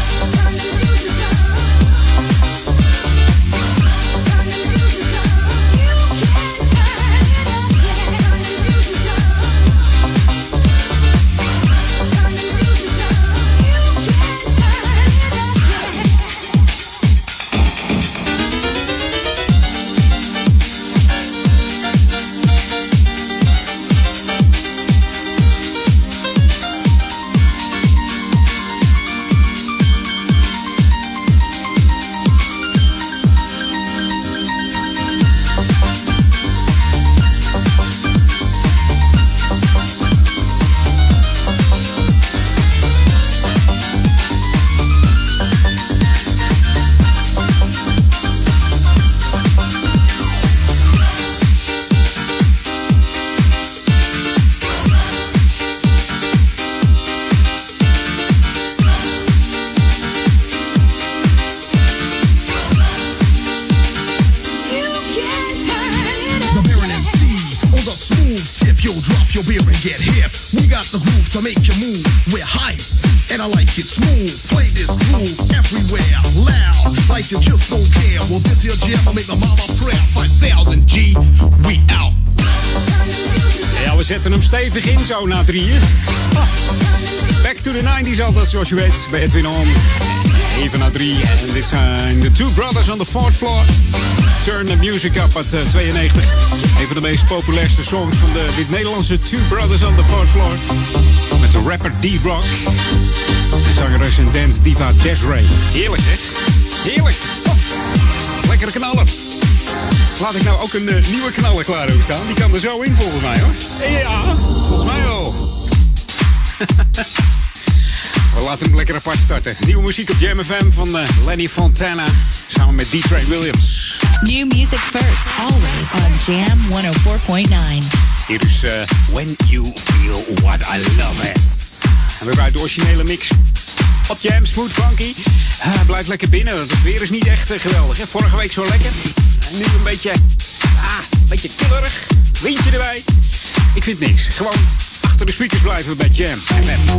You just don't care. Well, this here jam, I make my mama proud. 5,000 G, we out.
we zetten hem stevig in, zo na 3 uur. Back to the 90s altijd, zoals je weet, bij Edwin On. Even na 3. En dit zijn de Two Brothers on the Fourth Floor. Turn the Music Up uit 92. Een van de meest populairste songs van dit Nederlandse Two Brothers on the Fourth Floor. Met de rapper D-Rock. En zangeres en dance diva Desiree. Heerlijk, hè? Heerlijk. Oh, lekkere knaller. Laat ik nou ook een nieuwe knaller klaar hebben staan. Die kan er zo in volgens mij, hoor. Ja, volgens mij wel. We laten hem lekker apart starten. Nieuwe muziek op Jam FM van Lenny Fontana. Samen met D-Train Williams.
New music first, always on Jam 104.9.
Hier is When You Feel What I Love Is. En we uit de originele mix. Op Jam, smooth funky. Blijf lekker binnen, want het weer is niet echt geweldig. Hè? Vorige week zo lekker. En nu een beetje killerig. Windje erbij. Ik vind niks. Gewoon achter de speakers blijven bij Jam FM.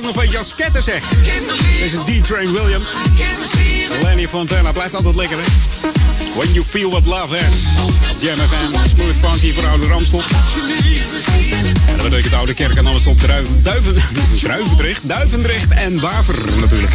nog een beetje als sketter, zeg. Deze D-Train Williams. Lenny Fontana blijft altijd lekker, hè? When you feel what love is. Jam FM, smooth funky voor oude Ramstel. En dat betekent Oude Kerk en alles op Duivendrecht en Waver natuurlijk.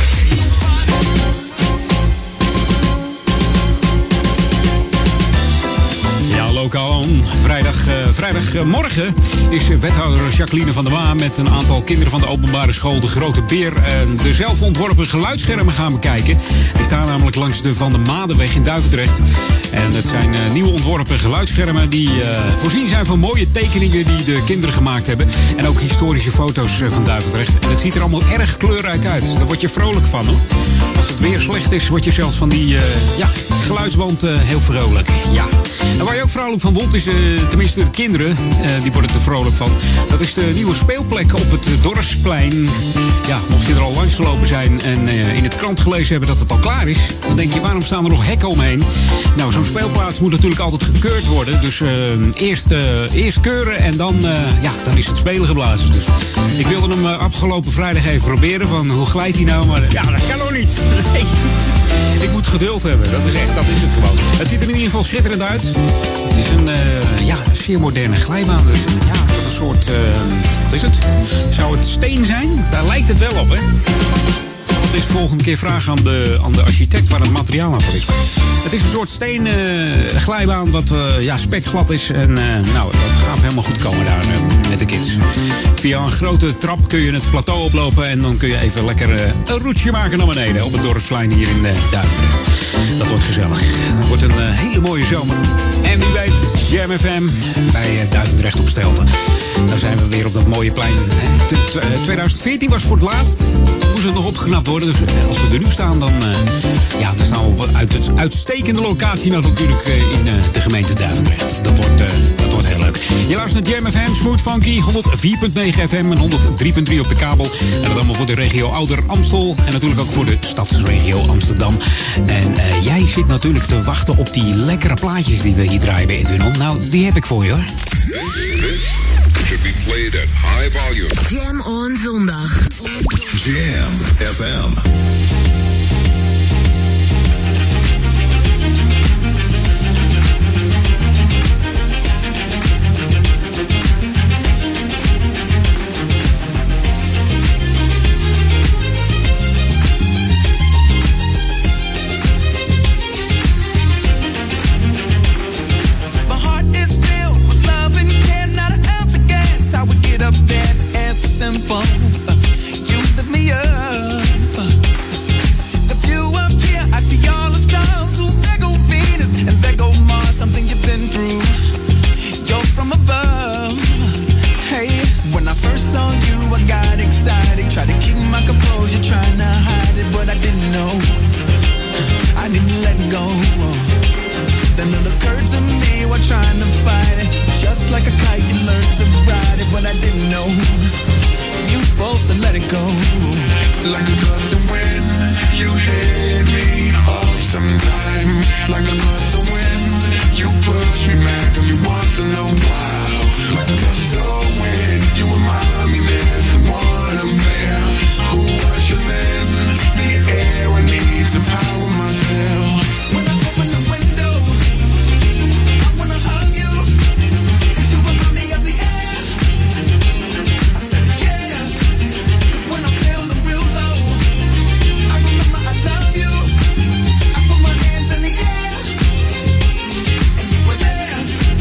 Ja, lokaal aan. Vrijdagmorgen is wethouder Jacqueline van der Waan met een aantal kinderen van de openbare school De Grote Beer de zelf ontworpen geluidsschermen gaan bekijken. Die staan namelijk langs de Van der Madenweg in Duivendrecht. En het zijn nieuw ontworpen geluidsschermen die voorzien zijn van mooie tekeningen die de kinderen gemaakt hebben. En ook historische foto's van Duivendrecht. En het ziet er allemaal erg kleurrijk uit. Daar word je vrolijk van, hoor. Als het weer slecht is, word je zelfs van die geluidswand heel vrolijk. Ja. En waar je ook vrolijk van wordt, is tenminste de kinderen, die worden er vrolijk van. Dat is de nieuwe speelplek op het Dorpsplein. Ja, mocht je er al langs gelopen zijn en in het krant gelezen hebben dat het al klaar is, dan denk je, waarom staan er nog hekken omheen? Nou, zo'n speelplaats moet natuurlijk altijd gekeurd worden. Dus eerst keuren en dan is het spelen geblazen. Dus ik wilde hem afgelopen vrijdag even proberen van hoe glijdt hij nou, maar ja, dat kan nog niet. Nee. Ik moet geduld hebben, dat is het gewoon. Het ziet er in ieder geval schitterend uit. Het is een zeer moderne glijbaan. Dus een soort, wat is het? Zou het steen zijn? Daar lijkt het wel op, hè? Het is volgende keer vragen aan de architect waar het materiaal aan voor is. Het is een soort steen glijbaan wat spekglad is. En dat gaat helemaal goed komen daar met de kids. Via een grote trap kun je het plateau oplopen. En dan kun je even lekker een routje maken naar beneden op het Dorpsplein hier in Duivendrecht. Dat wordt gezellig. Dat wordt een hele mooie zomer. En wie weet, Jam FM bij Duivendrecht op Stelten. Daar zijn we weer op dat mooie plein. 2014 was voor het laatst. Moest het nog opgeknapt worden. Dus als we er nu staan, dan staan we op een uitstekende locatie natuurlijk in de gemeente Duivendrecht. Dat wordt heel leuk. Je luistert naar Jam FM, Smooth Funky, 104.9 FM en 103.3 op de kabel. En dat allemaal voor de regio Ouder Amstel. En natuurlijk ook voor de stadsregio Amsterdam. En jij zit natuurlijk te wachten op die lekkere plaatjes die we hier draaien bij Edwin On. Nou, die heb ik voor je, hoor.
Should be played at high volume.
Jam on zondag.
Jam FM.
Simple, you lift me up. The view up here, I see all the stars. Ooh, there go Venus and there go Mars. Something you've been through. You're from above. Hey, when I first saw you, I got excited. Tried to keep my composure, trying to hide it, but I didn't know. I didn't let go. Then it occurred to me while trying to fight it. Just like a kite, you learned to ride it, but I didn't know. You supposed to let it go.
Like a gust of wind, you hit me up sometimes. Like a gust of wind, you push me back every once in a while. Like a gust of wind, you remind me there's someone up there who ushers in the air I need to power myself.
When I open the window, I wanna hug you, 'cause you remind me of the air. I said yeah, 'cause when I'm feeling real low, I remember I love you. I put my hands in the air, and you were there.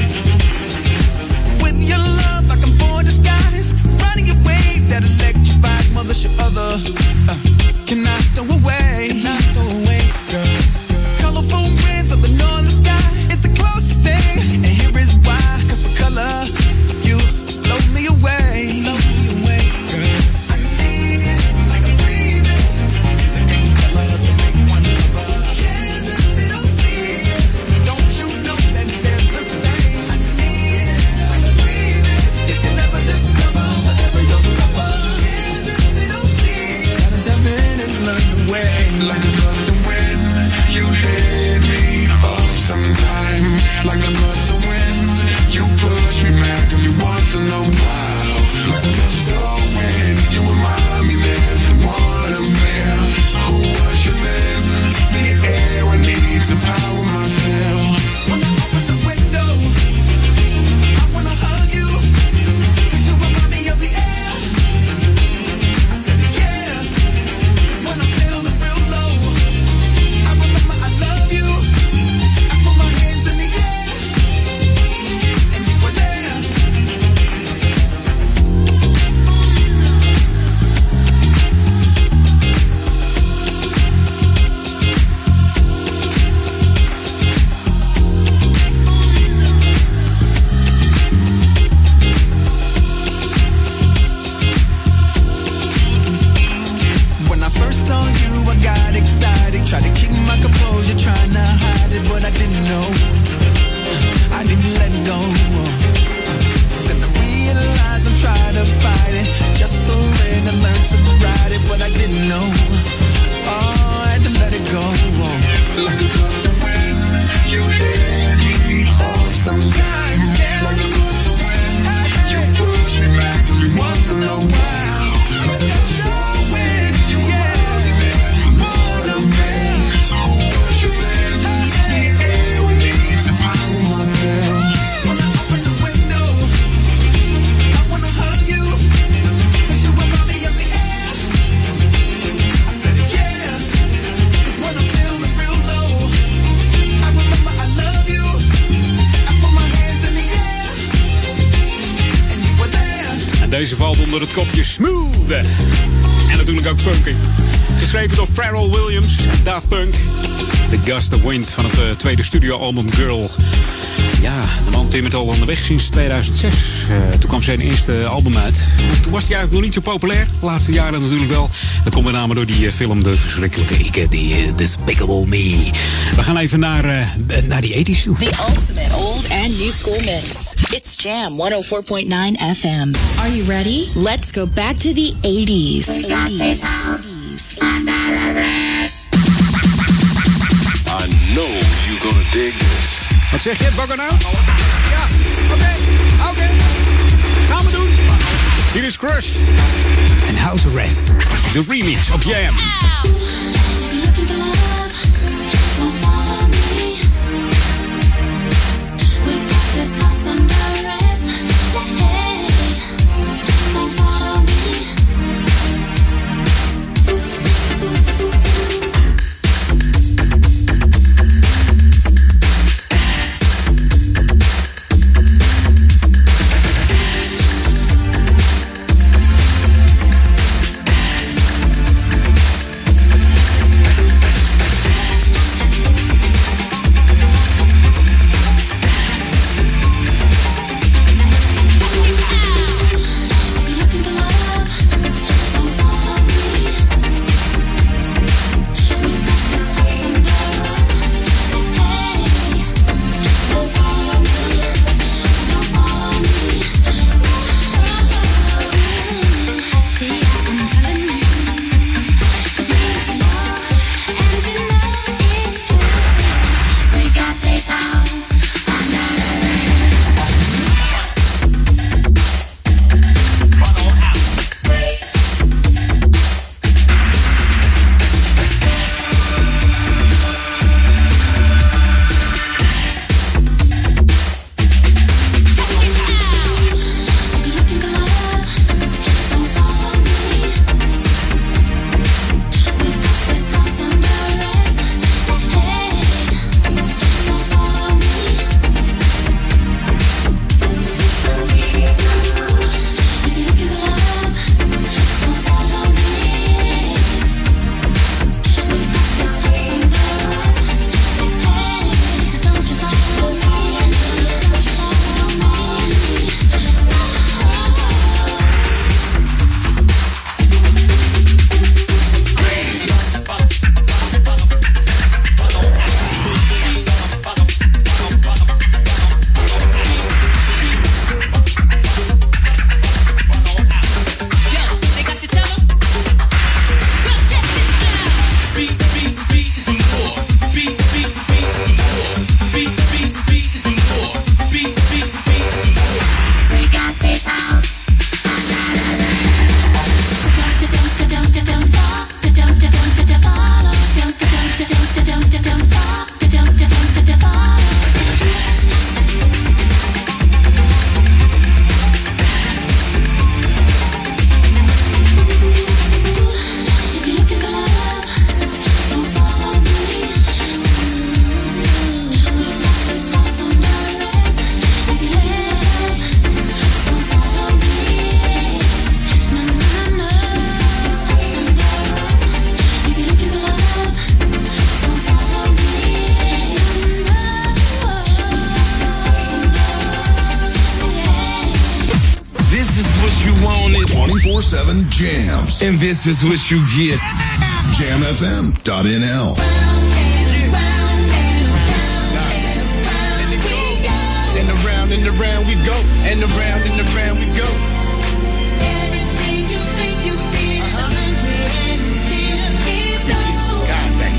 With your love, I can board the skies, riding your wave that electrified mother should other. Can I stow away? Girl. Colorful winds of the northern sky, it's the closest thing, and here is why. 'Cause for color, you blow me away. Girl. I need it like I'm breathing. Music and colors can make one lover. Yeah, if they don't see it, don't you know that they're the same? I need it like I'm breathing. If you never discover, forever you'll suffer. Yeah, if they don't see it, gotta tap in and learn the way.
Like a gust of wind, you hit me up sometimes. Like a gust of wind, you push me back every once in a while. Like a gust of wind, you remind me there's
you're trying to hide it, but I didn't know. I didn't let go. Then I realized I'm trying to fight it. Just so late I learned to ride it, but I didn't know. Oh, I had to let it go. Like a gust of wind, you hit me off sometimes. Like a gust of wind, you push me back once in a while. Like a gust of wind, yeah, more than pain. Push your hand in the air with me to find myself. When I open the window, I wanna hug you, 'cause you were me in the air. I said yeah, 'cause when I feel the real low, I remember I love you. I put my hands in the air, and you were there.
En deze valt onder het kopje smooth. En natuurlijk ook funky. Geschreven door Pharrell Williams en Daft Punk. The Gust of Wind van het tweede studioalbum Girl. Ja, de man timmert al aan de weg sinds 2006. Toen kwam zijn eerste album uit. Toen was hij eigenlijk nog niet zo populair. De laatste jaren natuurlijk wel. Dat komt met name door die film De Verschrikkelijke die Despicable Me. We gaan even naar die 80's toe.
The ultimate old and new school mix. It's Jam 104.9 FM. Are you ready? Let's go back to the 80s.
I know you're gonna dig this.
Wat zeg je, Bagger nou? Ja, oké. Gaan we doen. Hier is Crush en House Arrest. De remix op Jam.
jams.
And this is what you get.
JamFM.nl.
around we go, and around we go.
Everything you think you need is 110 years old.
God, back.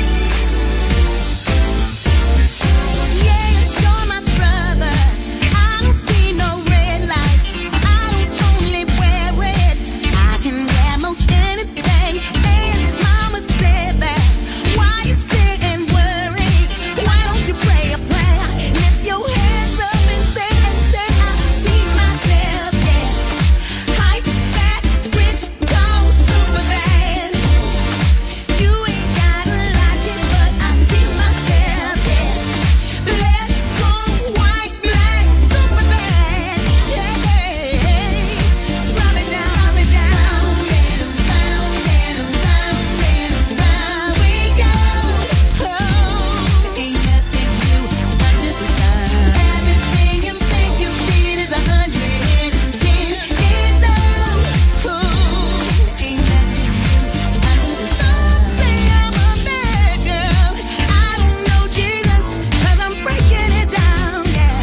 Yeah, you're my brother. I don't see no red lights. I don't only wear red. I can wear most anything. And mama said that. Why you sit and worry? Why don't you pray a prayer? Lift your hands up and say, I see myself, yeah. Hype, fat, rich, tall, super bad. You ain't gotta like it, but I see myself, yeah. Blessed, strong, white, black, super bad, yeah. Rub it down, and round and round we go. Oh, ain't nothing new under the sun. Everything you think you need is 110 years old. Oh, ain't nothing new under the sun. Some say I'm a bad girl. I don't know Jesus, 'cause I'm breaking it down, yeah.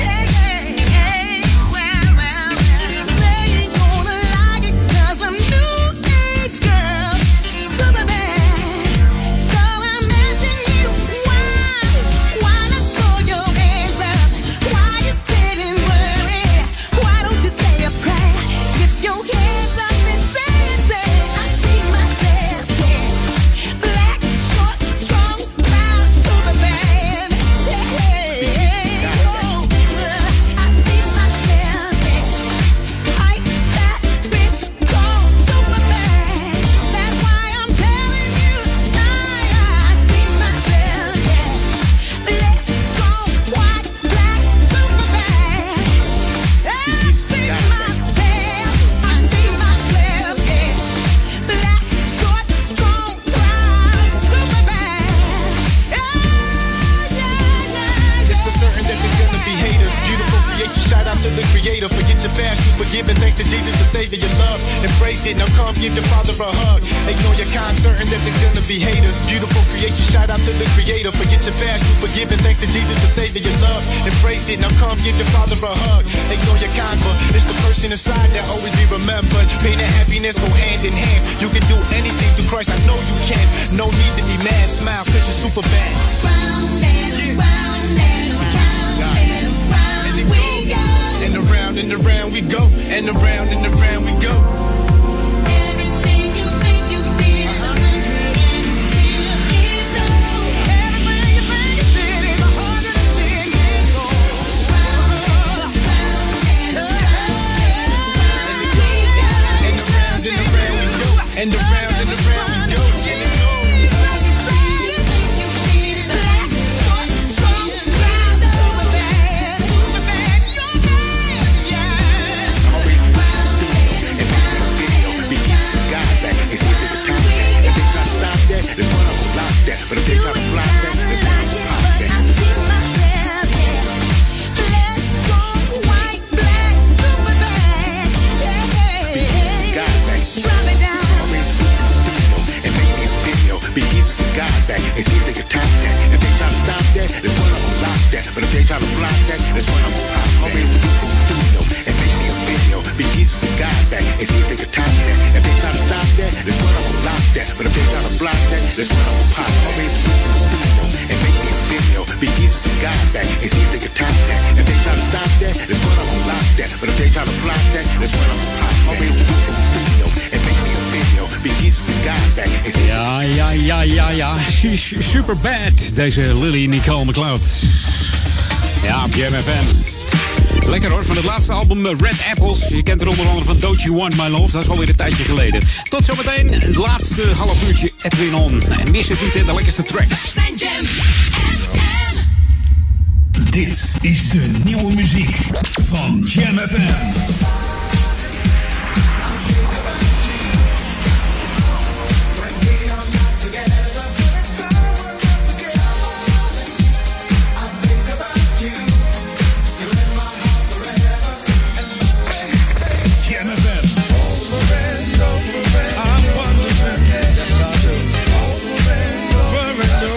Well. They ain't gonna like it 'cause I'm new age girl, super bad. So I'm asking you, why not throw your hands up? Why you sit and worry? Why don't you say a prayer? Lift your hands up and say, I see myself, yeah. Black, short, strong, proud, super bad. Yeah. Oh, I see myself, yeah. Hype, fat, rich, tall, super bad. That's why I'm telling you, I see myself, yeah. Blessed, strong, white, black, super bad. I see myself, yeah. Black, short, strong, proud, super bad.
It's for certain that there's gonna be haters. Beautiful creation, shout out to the creator. Forget your past, you forgiven. Thanks to Jesus, the Savior, your love. Embrace it, now come give the Father a hug. Ignore your kind, certain that there's gonna be haters. Beautiful creation, shout out to the creator. Forget your past, you forgiven. Thanks to Jesus, the Savior, your love. Embrace it, now come give the Father a hug. Ignore your kind, but it's the person inside that always be remembered. Pain and happiness go hand in hand. You can do anything through Christ, I know you can. No need to be mad, smile, cause you're super bad.
Round and round and round we go.
And around we go, and around we go.
Everything you think you need is 110 years old. Everything you think you need is 110 years old. Round and round we go.
And around we go, and around we go.
But if they try to block that, it's gonna pop that. I see myself, yeah. Blessed, strong, white, black, super bad. Yeah. Drop it down.
Always put in the studio and make me a video. Be Jesus and God back and see if they can top that. If they try to stop that, it's when I'm gonna lock that. But if they try to block that, it's when I'm gonna pop that. Always put in the studio and make me a video. Be Jesus and God back and see if they can top that. If they try to stop that, it's when I'm gonna lock that. But if they try to block that, it's when I'm gonna pop. Always put in the studio and make me a video. Be Jesus and God back and see if they can top that. If they try to stop that, it's when I'm gonna lock that. But if they try to block that, it's when I'm gonna pop. Always put in the studio and make me a video. Be Jesus and God back and see.
Ja. She's super bad. Deze Lily Nicole McLeod. Ja, op Jam FM. Lekker hoor, van het laatste album Red Apples. Je kent er onder andere van Don't You Want My Love. Dat is alweer een tijdje geleden. Tot zometeen, het laatste half uurtje Edwin On. En mis het niet in de lekkerste tracks.
Dit is de nieuwe muziek van Jam FM.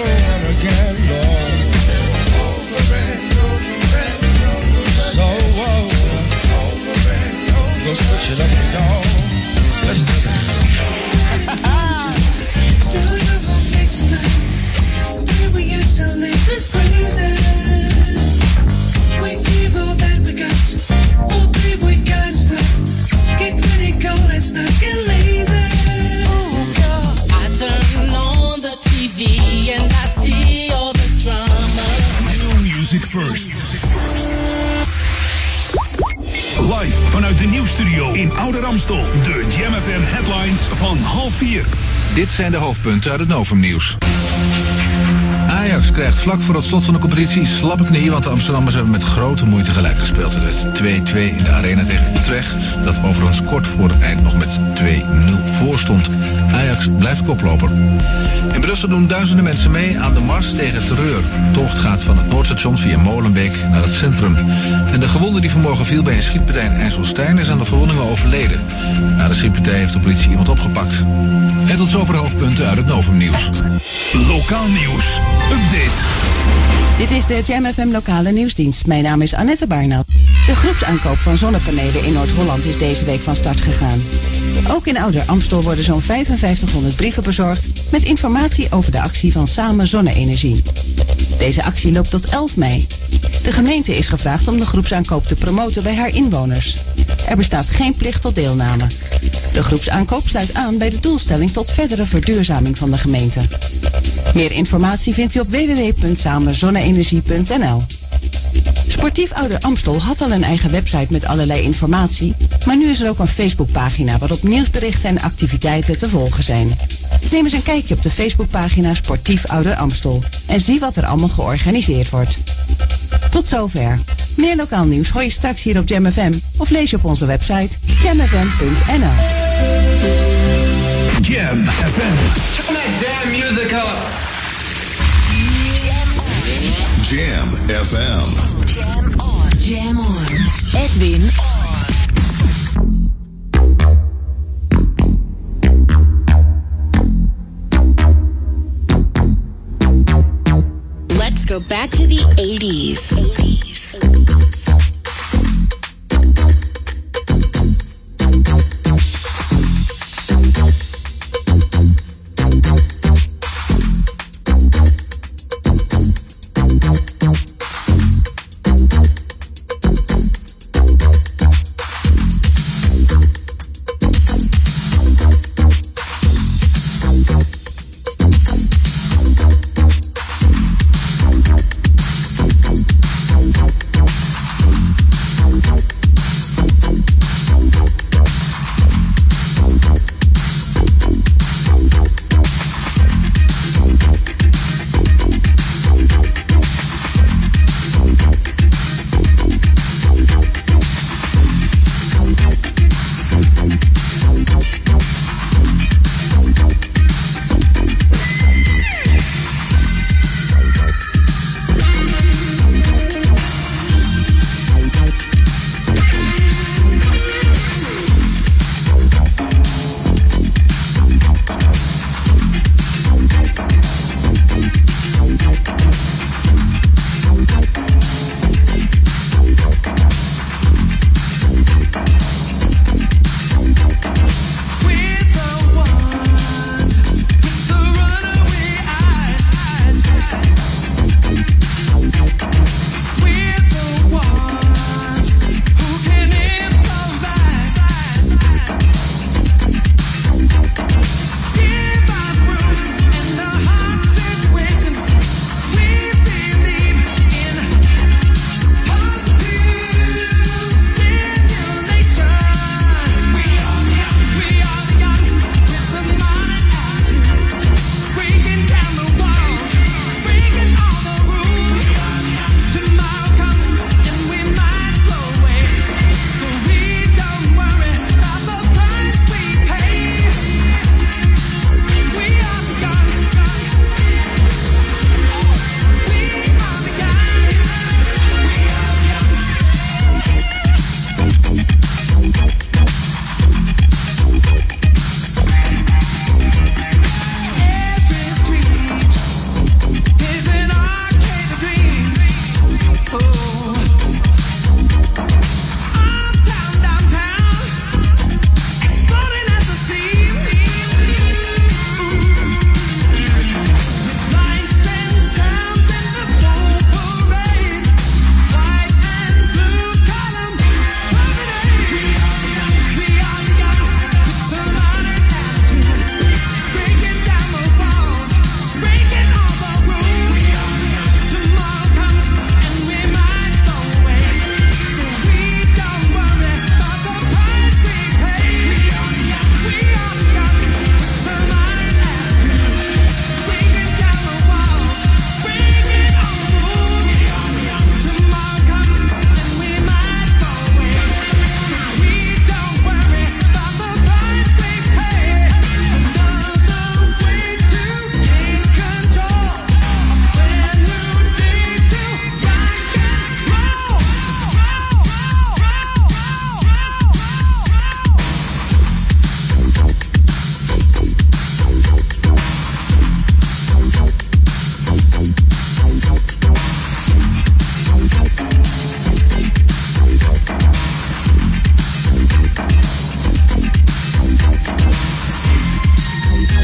So
Radio in Ouder Amstel. De Jam FM headlines van 3:30.
Dit zijn de hoofdpunten uit het Novumnieuws. Ajax krijgt vlak voor het slot van de competitie slappe knieën, want de Amsterdammers hebben met grote moeite gelijk gespeeld. Het werd 2-2 in de arena tegen Utrecht, dat overigens kort voor het eind nog met 2-0 voor stond. Ajax blijft koploper. In Brussel doen duizenden mensen mee aan de mars tegen terreur. De tocht gaat van het Noordstation via Molenbeek naar het centrum. En de gewonde die vanmorgen viel bij een schietpartij in IJsselstein is aan de verwondingen overleden. Na de schietpartij heeft de politie iemand opgepakt. En tot zover de hoofdpunten uit het Novumnieuws.
Lokaal nieuws. Update.
Dit is de Jam FM lokale nieuwsdienst. Mijn naam is Annette Barnard. De groepsaankoop van zonnepanelen in Noord-Holland is deze week van start gegaan. Ook in Ouder Amstel worden zo'n 5500 brieven bezorgd met informatie over de actie van Samen Zonne-energie. Deze actie loopt tot 11 mei. De gemeente is gevraagd om de groepsaankoop te promoten bij haar inwoners. Er bestaat geen plicht tot deelname. De groepsaankoop sluit aan bij de doelstelling tot verdere verduurzaming van de gemeente. Meer informatie vindt u op www.samenzonneenergie.nl. Sportief Ouder Amstel had al een eigen website met allerlei informatie, maar nu is er ook een Facebookpagina waarop nieuwsberichten en activiteiten te volgen zijn. Neem eens een kijkje op de Facebookpagina Sportief Ouder Amstel en zie wat er allemaal georganiseerd wordt. Tot zover. Meer lokaal nieuws hoor je straks hier op Jam FM of lees je op onze website jamfm.nl.
Jam FM.
Turn that damn music up.
Jam FM.
Jam on. Jam on. Edwin on. Let's go back to the 80s.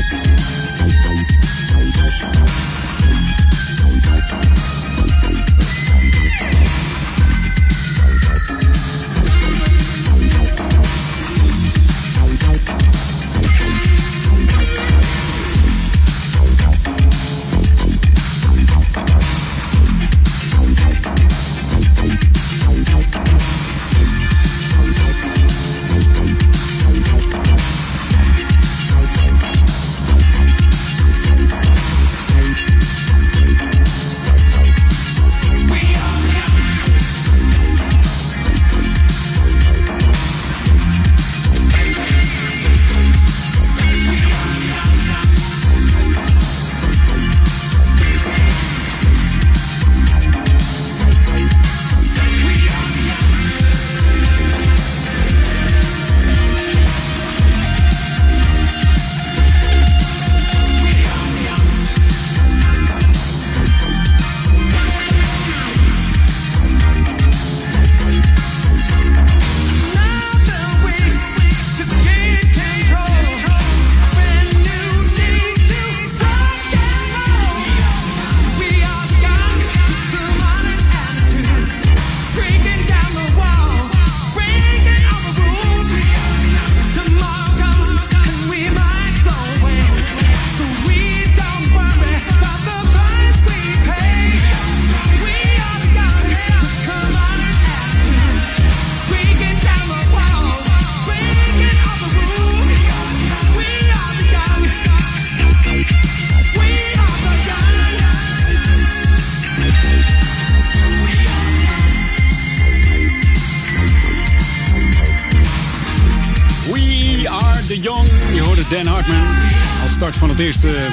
Dan Hartman. Als start van het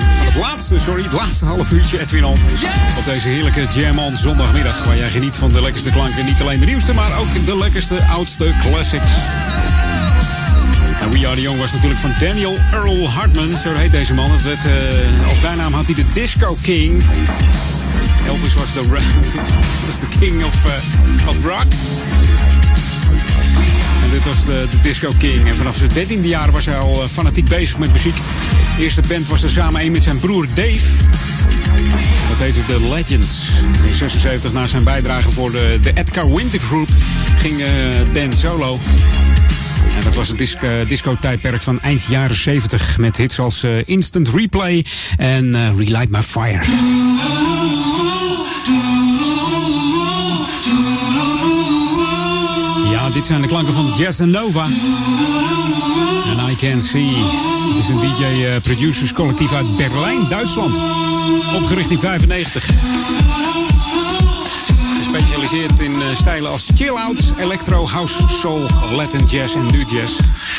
laatste half uurtje Edwin On. Op deze heerlijke Jam On zondagmiddag. Waar jij geniet van de lekkerste klanken. Niet alleen de nieuwste, maar ook de lekkerste, oudste classics. En We Are The Young was natuurlijk van Daniel Earl Hartman. Zo heet deze man. Als bijnaam had hij de Disco King. Elvis was de King of Rock. En dit was de Disco King. En vanaf zijn 13e jaar was hij al fanatiek bezig met muziek. De eerste band was er samen een met zijn broer Dave. Dat heette The Legends. In 76 na zijn bijdrage voor de Edgar Winter Group ging Dan solo. En dat was een disco-tijdperk van eind jaren 70 met hits als Instant Replay en Relight My Fire. Ja, dit zijn de klanken van Jazz and Nova. En I Can See. Het is een DJ-producers collectief uit Berlijn, Duitsland. Opgericht in 1995. Gespecialiseerd in stijlen als chill-out, electro, house, soul, Latin jazz en nu jazz.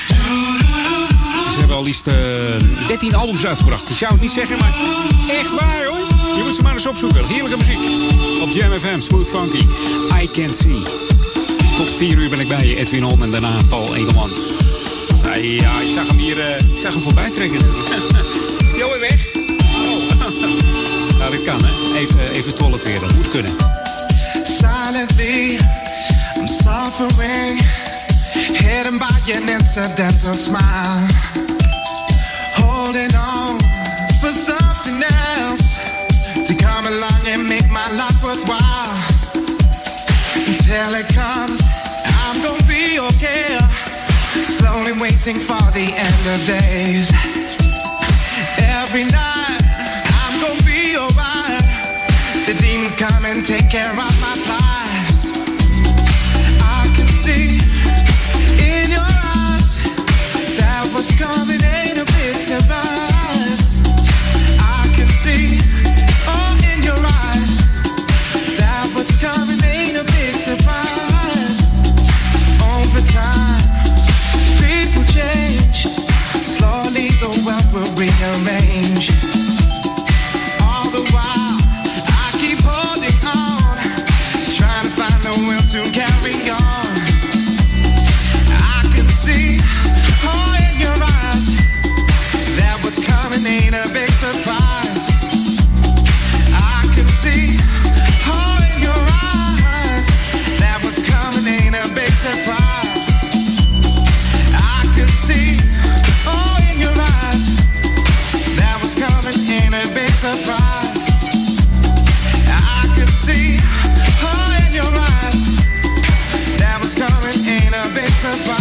Ze hebben al liefst 13 albums uitgebracht. Ik zou het niet zeggen, maar echt waar hoor. Je moet ze maar eens opzoeken. Heerlijke muziek. Op Jam FM, Smooth Funky. I Can See. Tot 4 uur ben ik bij je, Edwin On en daarna Paul Engelmans. Ja, ik zag hem voorbij trekken. Is hij alweer weg? Oh. Nou, dat kan hè. Even toileteren. Moet kunnen.
Silently, I'm suffering, hidden by an incidental smile, holding on for something else to come along and make my life worthwhile. Until it comes, I'm gonna be okay, slowly waiting for the end of days. Every night, I'm gonna be alright. The demons come and take care of my plight. I can see in your eyes that what's coming ain't a big surprise. I can see, in your eyes that what's coming ain't a big surprise. Over time, people change. Slowly the wealth will rearrange. All the while, keep holding on, trying to find the will to carry on. I can see, in your eyes, that what's coming ain't a big surprise. I can see, in your eyes, that what's coming ain't a big surprise. I can see, in your eyes, a big surprise. I could see in your eyes that was coming ain't a big surprise.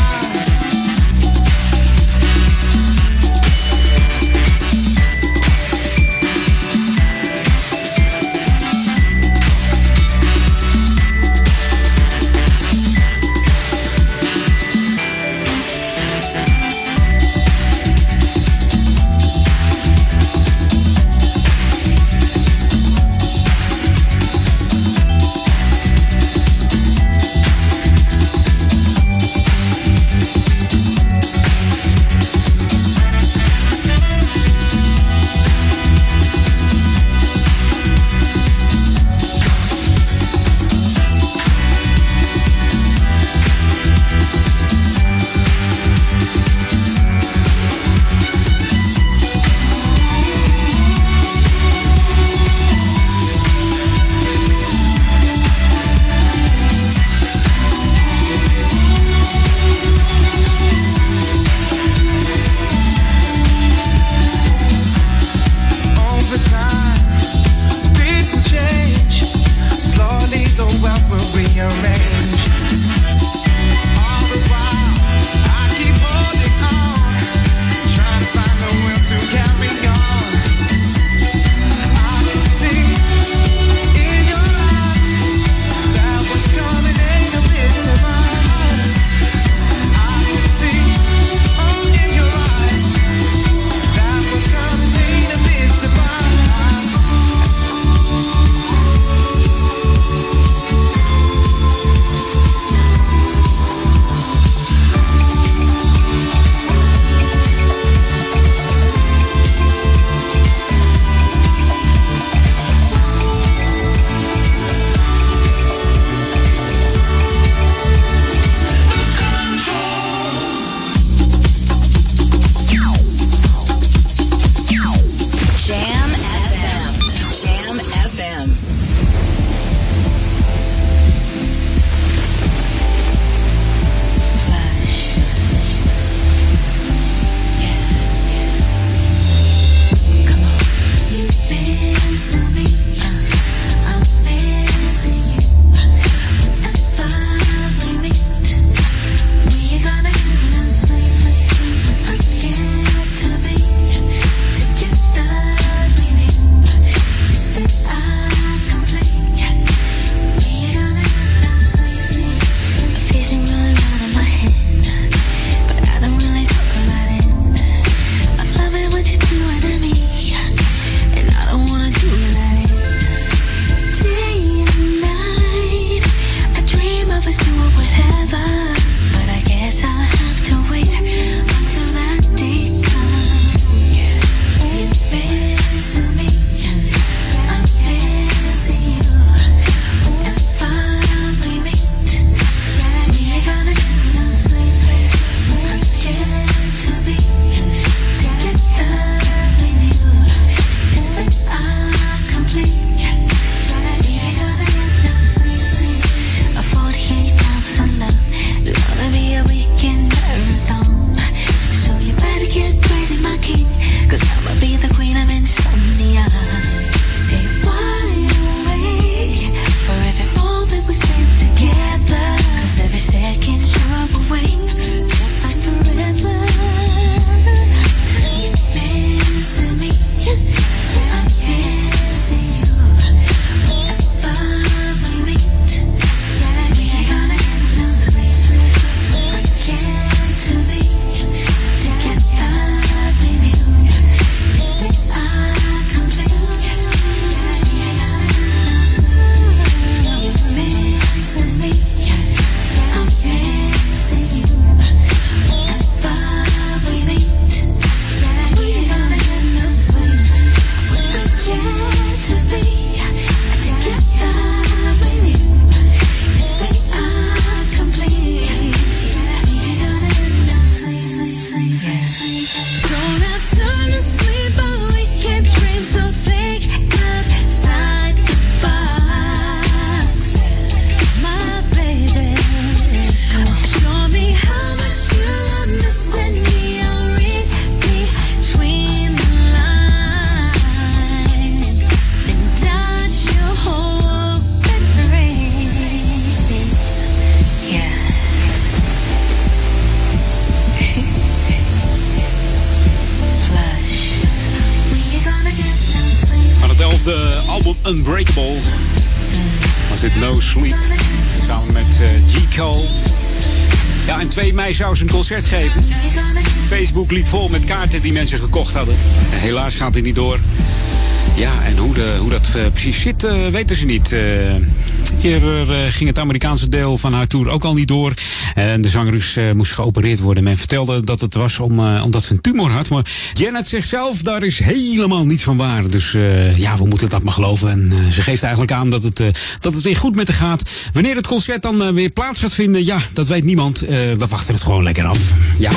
de album Unbreakable was dit No Sleep. Samen met G. Cole. Ja, en 2 mei zou ze een concert geven. Facebook liep vol met kaarten die mensen gekocht hadden. Helaas gaat dit niet door. Ja, en hoe dat precies zit, weten ze niet. Eerder ging het Amerikaanse deel van haar tour ook al niet door. En de zangeres moest geopereerd worden. Men vertelde dat het was omdat ze een tumor had. Maar Janet zegt zelf, daar is helemaal niets van waar. Dus ja, we moeten dat maar geloven. En ze geeft eigenlijk aan dat het weer goed met haar gaat. Wanneer het concert dan weer plaats gaat vinden, ja, dat weet niemand. We wachten het gewoon lekker af. Ja.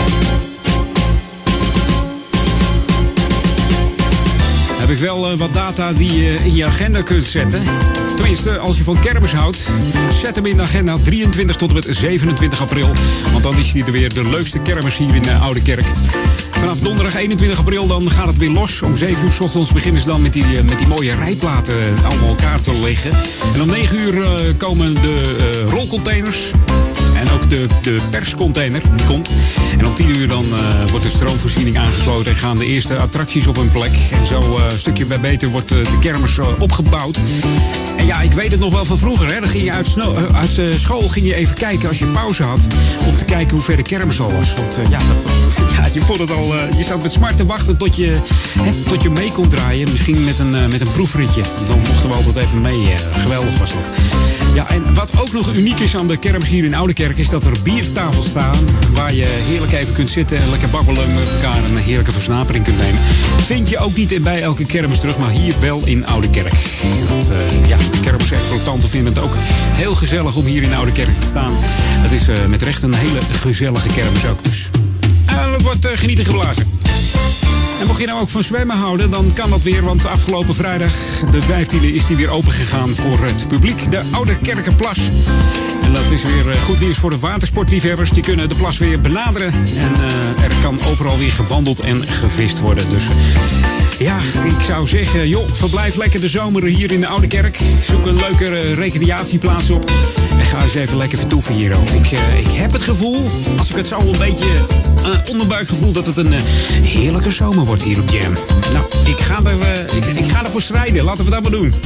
Heb ik wel wat data die je in je agenda kunt zetten. Tenminste, als je van kermis houdt, zet hem in de agenda 23 tot en met 27 april. Want dan is hier weer de leukste kermis hier in Oude Kerk. Vanaf donderdag 21 april dan gaat het weer los. Om 7 uur 's ochtends beginnen ze dan met die mooie rijplaten allemaal elkaar te leggen. En om 9 uur komen de rolcontainers. En ook de perscontainer, die komt. En om 10 uur dan wordt de stroomvoorziening aangesloten. En gaan de eerste attracties op hun plek. En zo een stukje bij beter wordt de kermis opgebouwd. En ja, ik weet het nog wel van vroeger. Hè. Dan ging je uit school ging je even kijken als je pauze had. Om te kijken hoe ver de kermis al was. Want je vond het al. Je zat met smart te wachten tot je mee kon draaien. Misschien met een proefritje. Dan mochten we altijd even mee. Geweldig was dat. Ja, en wat ook nog uniek is aan de kermis hier in Oude Kerk is dat er biertafels staan waar je heerlijk even kunt zitten en lekker babbelen met elkaar en een heerlijke versnapering kunt nemen. Vind je ook niet bij elke kermis terug, maar hier wel in Oude Kerk. Want de kermisexploitanten vinden het ook heel gezellig om hier in Oude Kerk te staan. Het is met recht een hele gezellige kermis ook dus. En het wordt genieten geblazen. En mocht je nou ook van zwemmen houden, dan kan dat weer. Want afgelopen vrijdag, de 15e, is die weer open gegaan voor het publiek. De Oude Kerkenplas. En dat is weer goed nieuws voor de watersportliefhebbers. Die kunnen de plas weer benaderen. En er kan overal weer gewandeld en gevist worden. Dus ja, ik zou zeggen, joh, verblijf lekker de zomer hier in de Oude Kerk. Zoek een leuke recreatieplaats op. En ga eens even lekker vertoeven hier. Ik heb het gevoel, als ik het zo een beetje onderbuikgevoel, dat het een heerlijke zomer wordt hier op Jam. Nou, ik ga ervoor strijden. Laten we dat maar doen.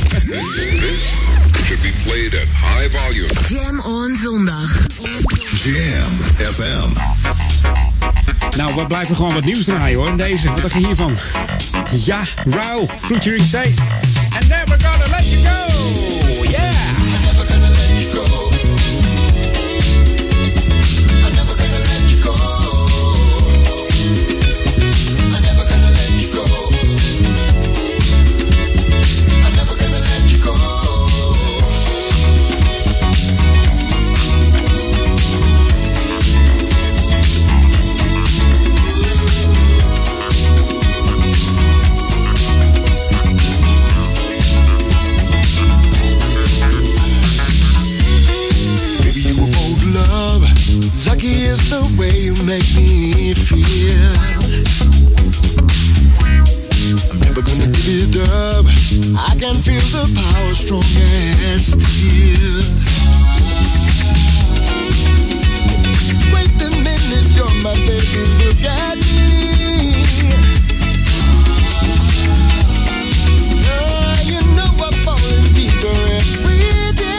Should be played at high volume.
Jam on zondag.
Jam FM.
Nou, we blijven gewoon wat nieuws draaien hoor. Deze, wat dacht je hiervan? Ja, Rauw, featuring Seist. And never gonna let you go. Yeah. Never gonna let you go. I'm never gonna let you go. I'm never gonna let you go. I'm never gonna let you go.
Lucky is the way you make me feel. I'm never gonna give it up. I can feel the power strong as steel. Wait a minute, you're my baby, look at me. Oh, you know I'm falling deeper every day.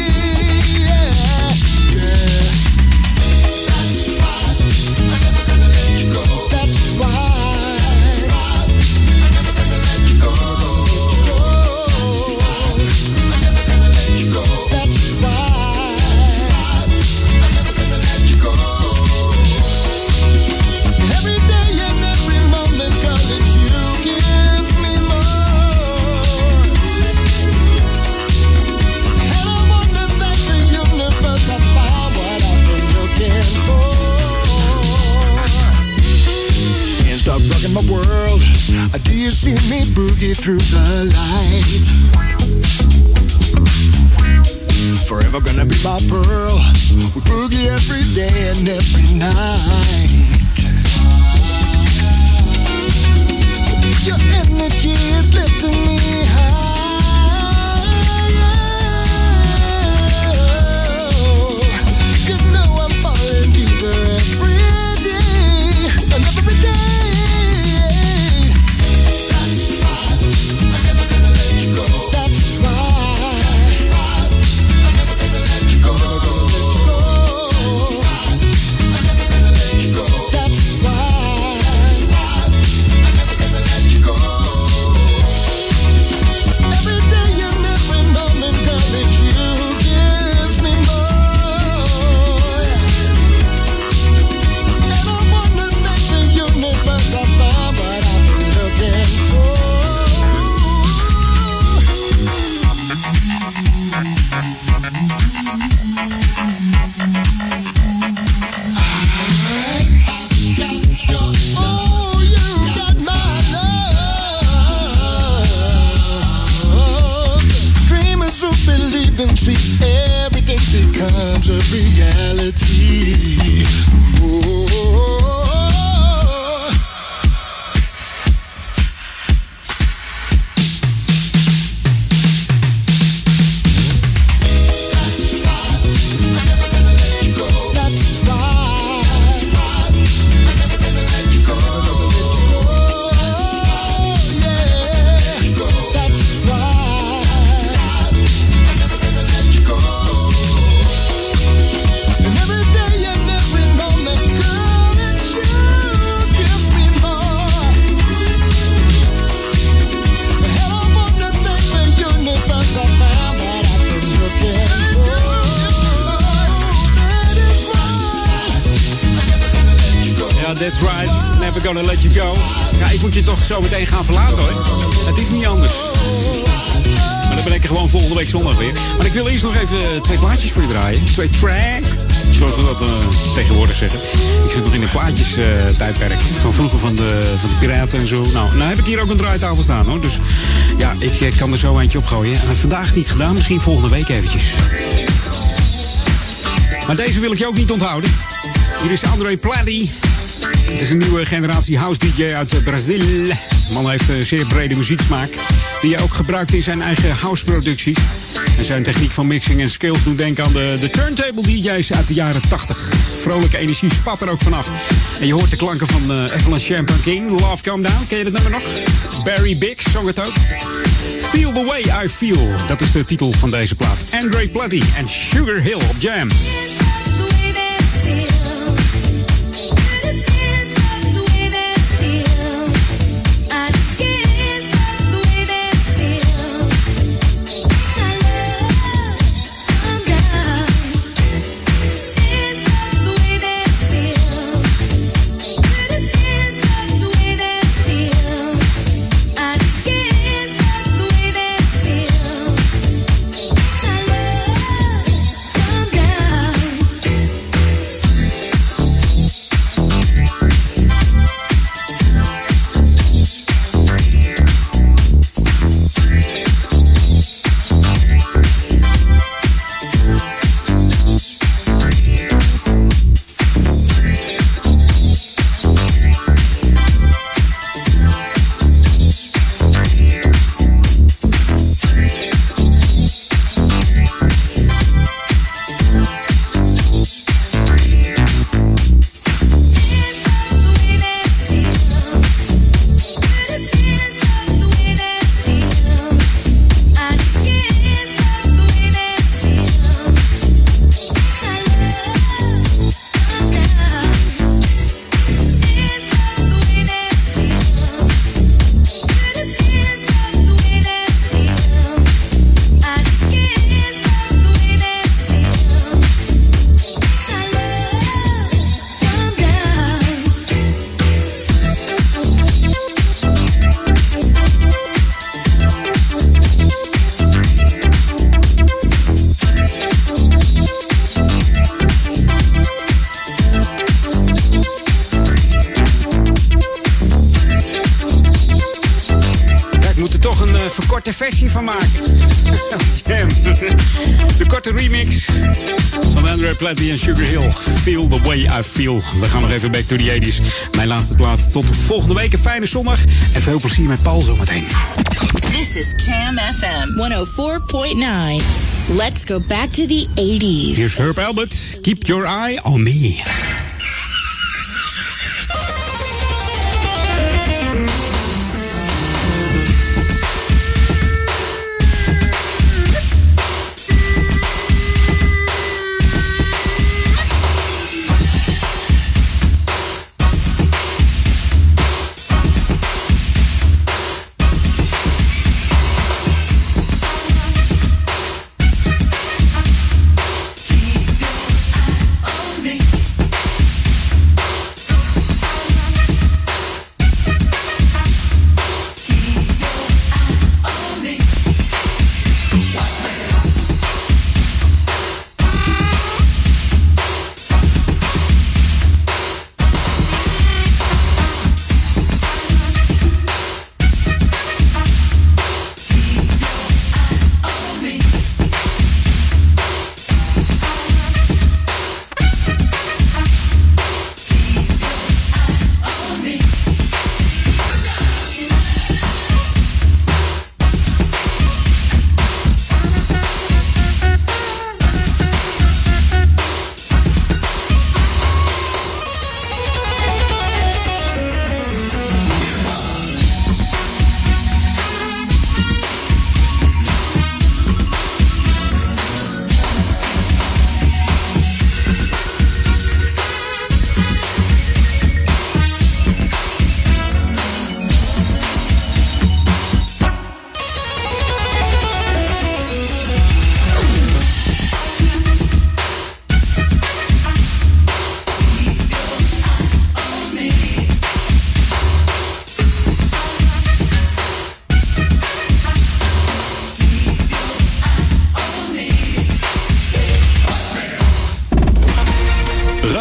My world, do you see me boogie through the light? Forever gonna be my pearl. We boogie every day and every night. Your energy is lifting me high. You know I'm falling deeper every day and every day.
See, everything becomes a reality. Oh.
That's right, never gonna let you go. Ja, ik moet je toch zo meteen gaan verlaten hoor. Het is niet anders. Maar dan ben ik er gewoon volgende week zondag weer. Maar ik wil eerst nog even 2 plaatjes voor je draaien. 2 tracks, zoals we dat tegenwoordig zeggen. Ik zit nog in de plaatjes tijdperk. Van vroeger van de piraten en zo. Nou heb ik hier ook een draaitafel staan hoor. Dus ja, ik kan er zo eentje opgooien. Vandaag niet gedaan, misschien volgende week eventjes. Maar deze wil ik je ook niet onthouden. Hier is André Platti. Het is een nieuwe generatie house DJ uit Brazil. De man heeft een zeer brede muzieksmaak die hij ook gebruikt in zijn eigen house-producties. En zijn techniek van mixing en skills doet denken aan de turntable DJ's uit de jaren 80. Vrolijke energie spat er ook vanaf. En je hoort de klanken van Evelyn Champagne King, Love Calm Down. Ken je dat nummer nog? Barry Biggs zong het ook. Feel the Way I Feel, dat is de titel van deze plaat. André Platti en Sugar Hill op Jam. Verkorte versie van maken. Jam. De korte remix van André Platti en Sugar Hill. Feel the way I feel. We gaan nog even back to the 80s. Mijn laatste plaat. Tot volgende week. Een fijne zondag. En veel plezier met Paul zometeen.
This is Jam FM 104.9. Let's go back to the 80s.
Here's Herb Albert. Keep your eye on me.
Keep your eye on me.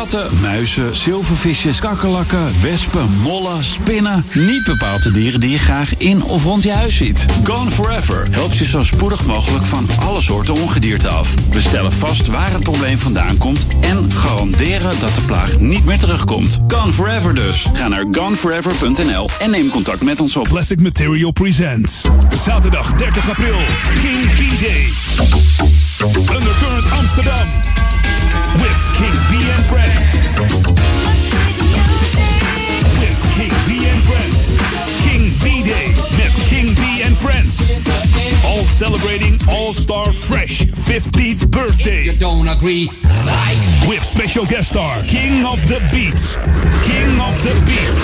ratten, muizen, zilvervisjes, kakkerlakken, wespen, mollen, spinnen. Niet bepaalde dieren die je graag in of rond je huis ziet. Gone Forever helpt je zo spoedig mogelijk van alle soorten ongedierte af. We stellen vast waar het probleem vandaan komt en garanderen dat de plaag niet meer terugkomt. Gone Forever dus. Ga naar goneforever.nl en neem contact met ons op.
Plastic Material presents zaterdag 30 april King B-Day. Undercurrent Amsterdam with King B and Friends. With King B and Friends. King B-Day met King B and Friends. All celebrating All-Star Fresh 50th birthday. You don't agree, right? With special guest star King of the Beats. King of the Beats.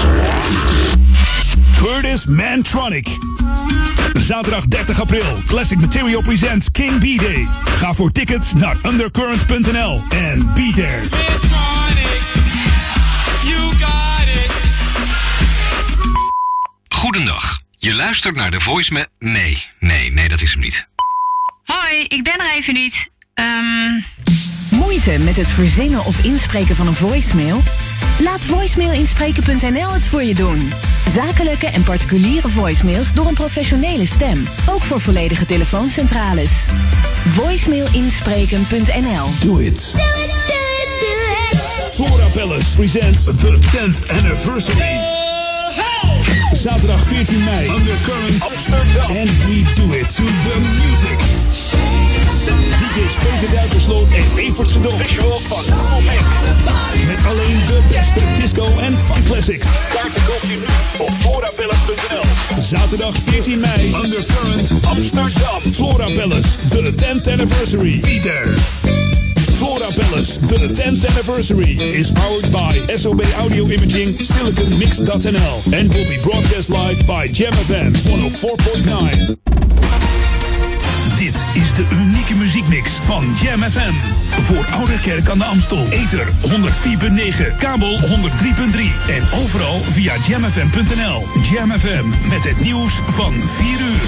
Curtis Mantronic. Zaterdag 30 april. Classic Material presents King B-Day. Ga voor tickets naar undercurrent.nl en be there.
Goedendag. Je luistert naar de voicemail... Nee, dat is hem niet.
Hoi, ik ben er even niet.
Moeite met het verzinnen of inspreken van een voicemail? Laat voicemailinspreken.nl het voor je doen. Zakelijke en particuliere voicemails door een professionele stem. Ook voor volledige telefooncentrales. Voicemailinspreken.nl.
Do it. Flora Palace presents the 10th anniversary. Zaterdag 14 mei. Undercurrent Amsterdam. And we do it to the music. DJ's Peter Duikersloot en Evert Sedon. Visuals van Rolmek. Met alleen de beste disco en funk classics. Kaarten koop je nu op florapalace.nl. Zaterdag 14 mei. Undercurrent Amsterdam. Flora Palace, the 10th anniversary. Be there. Flora Palace, the 10th anniversary, is powered by SOB Audio Imaging, SiliconMix.nl, and will be broadcast live by Jam FM 104.9. Dit is de unieke muziekmix van Jam FM. Voor Ouderkerk aan de Amstel. Ether 104.9, kabel 103.3 en overal via jamfm.nl. Jam FM met het nieuws van 4 uur.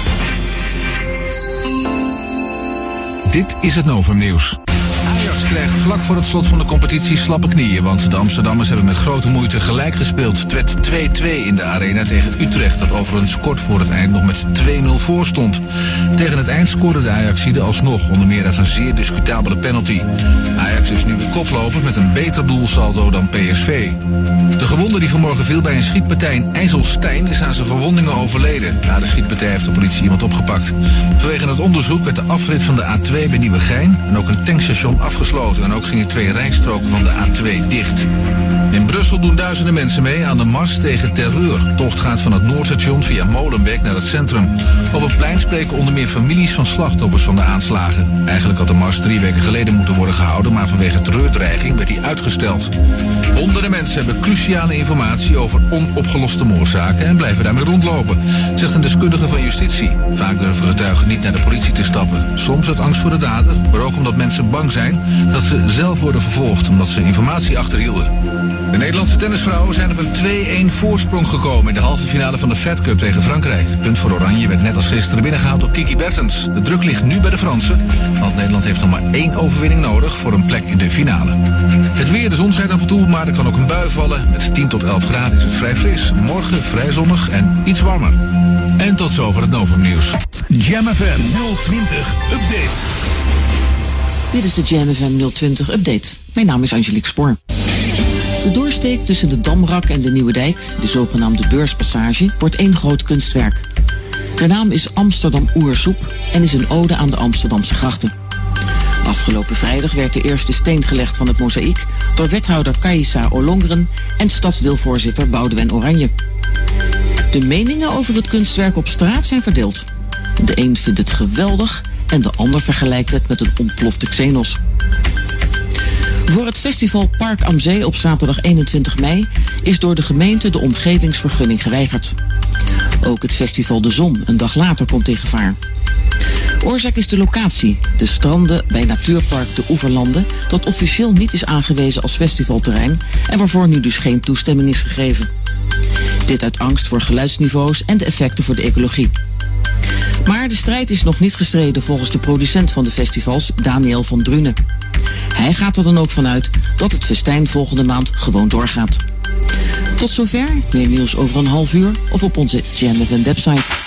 Dit is het Novum Nieuws. Ajax krijgt vlak voor het slot van de competitie slappe knieën, want de Amsterdammers hebben met grote moeite gelijk gespeeld. Het werd 2-2 in de arena tegen Utrecht, dat overigens kort voor het eind nog met 2-0 voor stond. Tegen het eind scoorde de Ajaxide alsnog, onder meer uit een zeer discutabele penalty. Ajax is nu de koploper met een beter doelsaldo dan PSV. De gewonde die vanmorgen viel bij een schietpartij in IJsselstein is aan zijn verwondingen overleden. Na de schietpartij heeft de politie iemand opgepakt. Vanwege het onderzoek werd de afrit van de A2 bij Nieuwegein en ook een tankstation afgesloten en ook gingen 2 rijstroken van de A2 dicht. In Brussel doen duizenden mensen mee aan de mars tegen terreur. De tocht gaat van het Noordstation via Molenbeek naar het centrum. Op het plein spreken onder meer families van slachtoffers van de aanslagen. Eigenlijk had de mars 3 weken geleden moeten worden gehouden, maar vanwege terreurdreiging werd die uitgesteld. Honderden mensen hebben cruciale informatie over onopgeloste moordzaken en blijven daarmee rondlopen, zegt een deskundige van justitie. Vaak durven getuigen niet naar de politie te stappen. Soms uit angst voor de dader, maar ook omdat mensen bang zijn dat ze zelf worden vervolgd omdat ze informatie achterhielden. De Nederlandse tennisvrouwen zijn op een 2-1 voorsprong gekomen in de halve finale van de Fed Cup tegen Frankrijk. Het punt voor Oranje werd net als gisteren binnengehaald door Kiki Bertens. De druk ligt nu bij de Fransen, want Nederland heeft nog maar 1 overwinning nodig voor een plek in de finale. Het weer, de zon schijnt af en toe, maar er kan ook een bui vallen. Met 10 tot 11 graden is het vrij fris. Morgen vrij zonnig en iets warmer. En tot zover het Novum Nieuws.
Jam FM 020 Update.
Dit is de Jam FM 020 Update. Mijn naam is Angelique Spoor. De doorsteek tussen de Damrak en de Nieuwe Dijk, de zogenaamde Beurspassage, wordt één groot kunstwerk. De naam is Amsterdam Oersoep en is een ode aan de Amsterdamse grachten. Afgelopen vrijdag werd de eerste steen gelegd van het mozaïek door wethouder Kajsa Ollongren en stadsdeelvoorzitter Boudewijn Oranje. De meningen over het kunstwerk op straat zijn verdeeld. De een vindt het geweldig en de ander vergelijkt het met een ontplofte Xenos. Voor het festival Park am Zee op zaterdag 21 mei is door de gemeente de omgevingsvergunning geweigerd. Ook het festival De Zon een dag later komt in gevaar. Oorzaak is de locatie, de stranden bij natuurpark De Oeverlanden, dat officieel niet is aangewezen als festivalterrein en waarvoor nu dus geen toestemming is gegeven. Dit uit angst voor geluidsniveaus en de effecten voor de ecologie. Maar de strijd is nog niet gestreden volgens de producent van de festivals, Daniel van Drunen. Hij gaat er dan ook vanuit dat het festijn volgende maand gewoon doorgaat. Tot zover, meer nieuws over een half uur of op onze Jam FM website.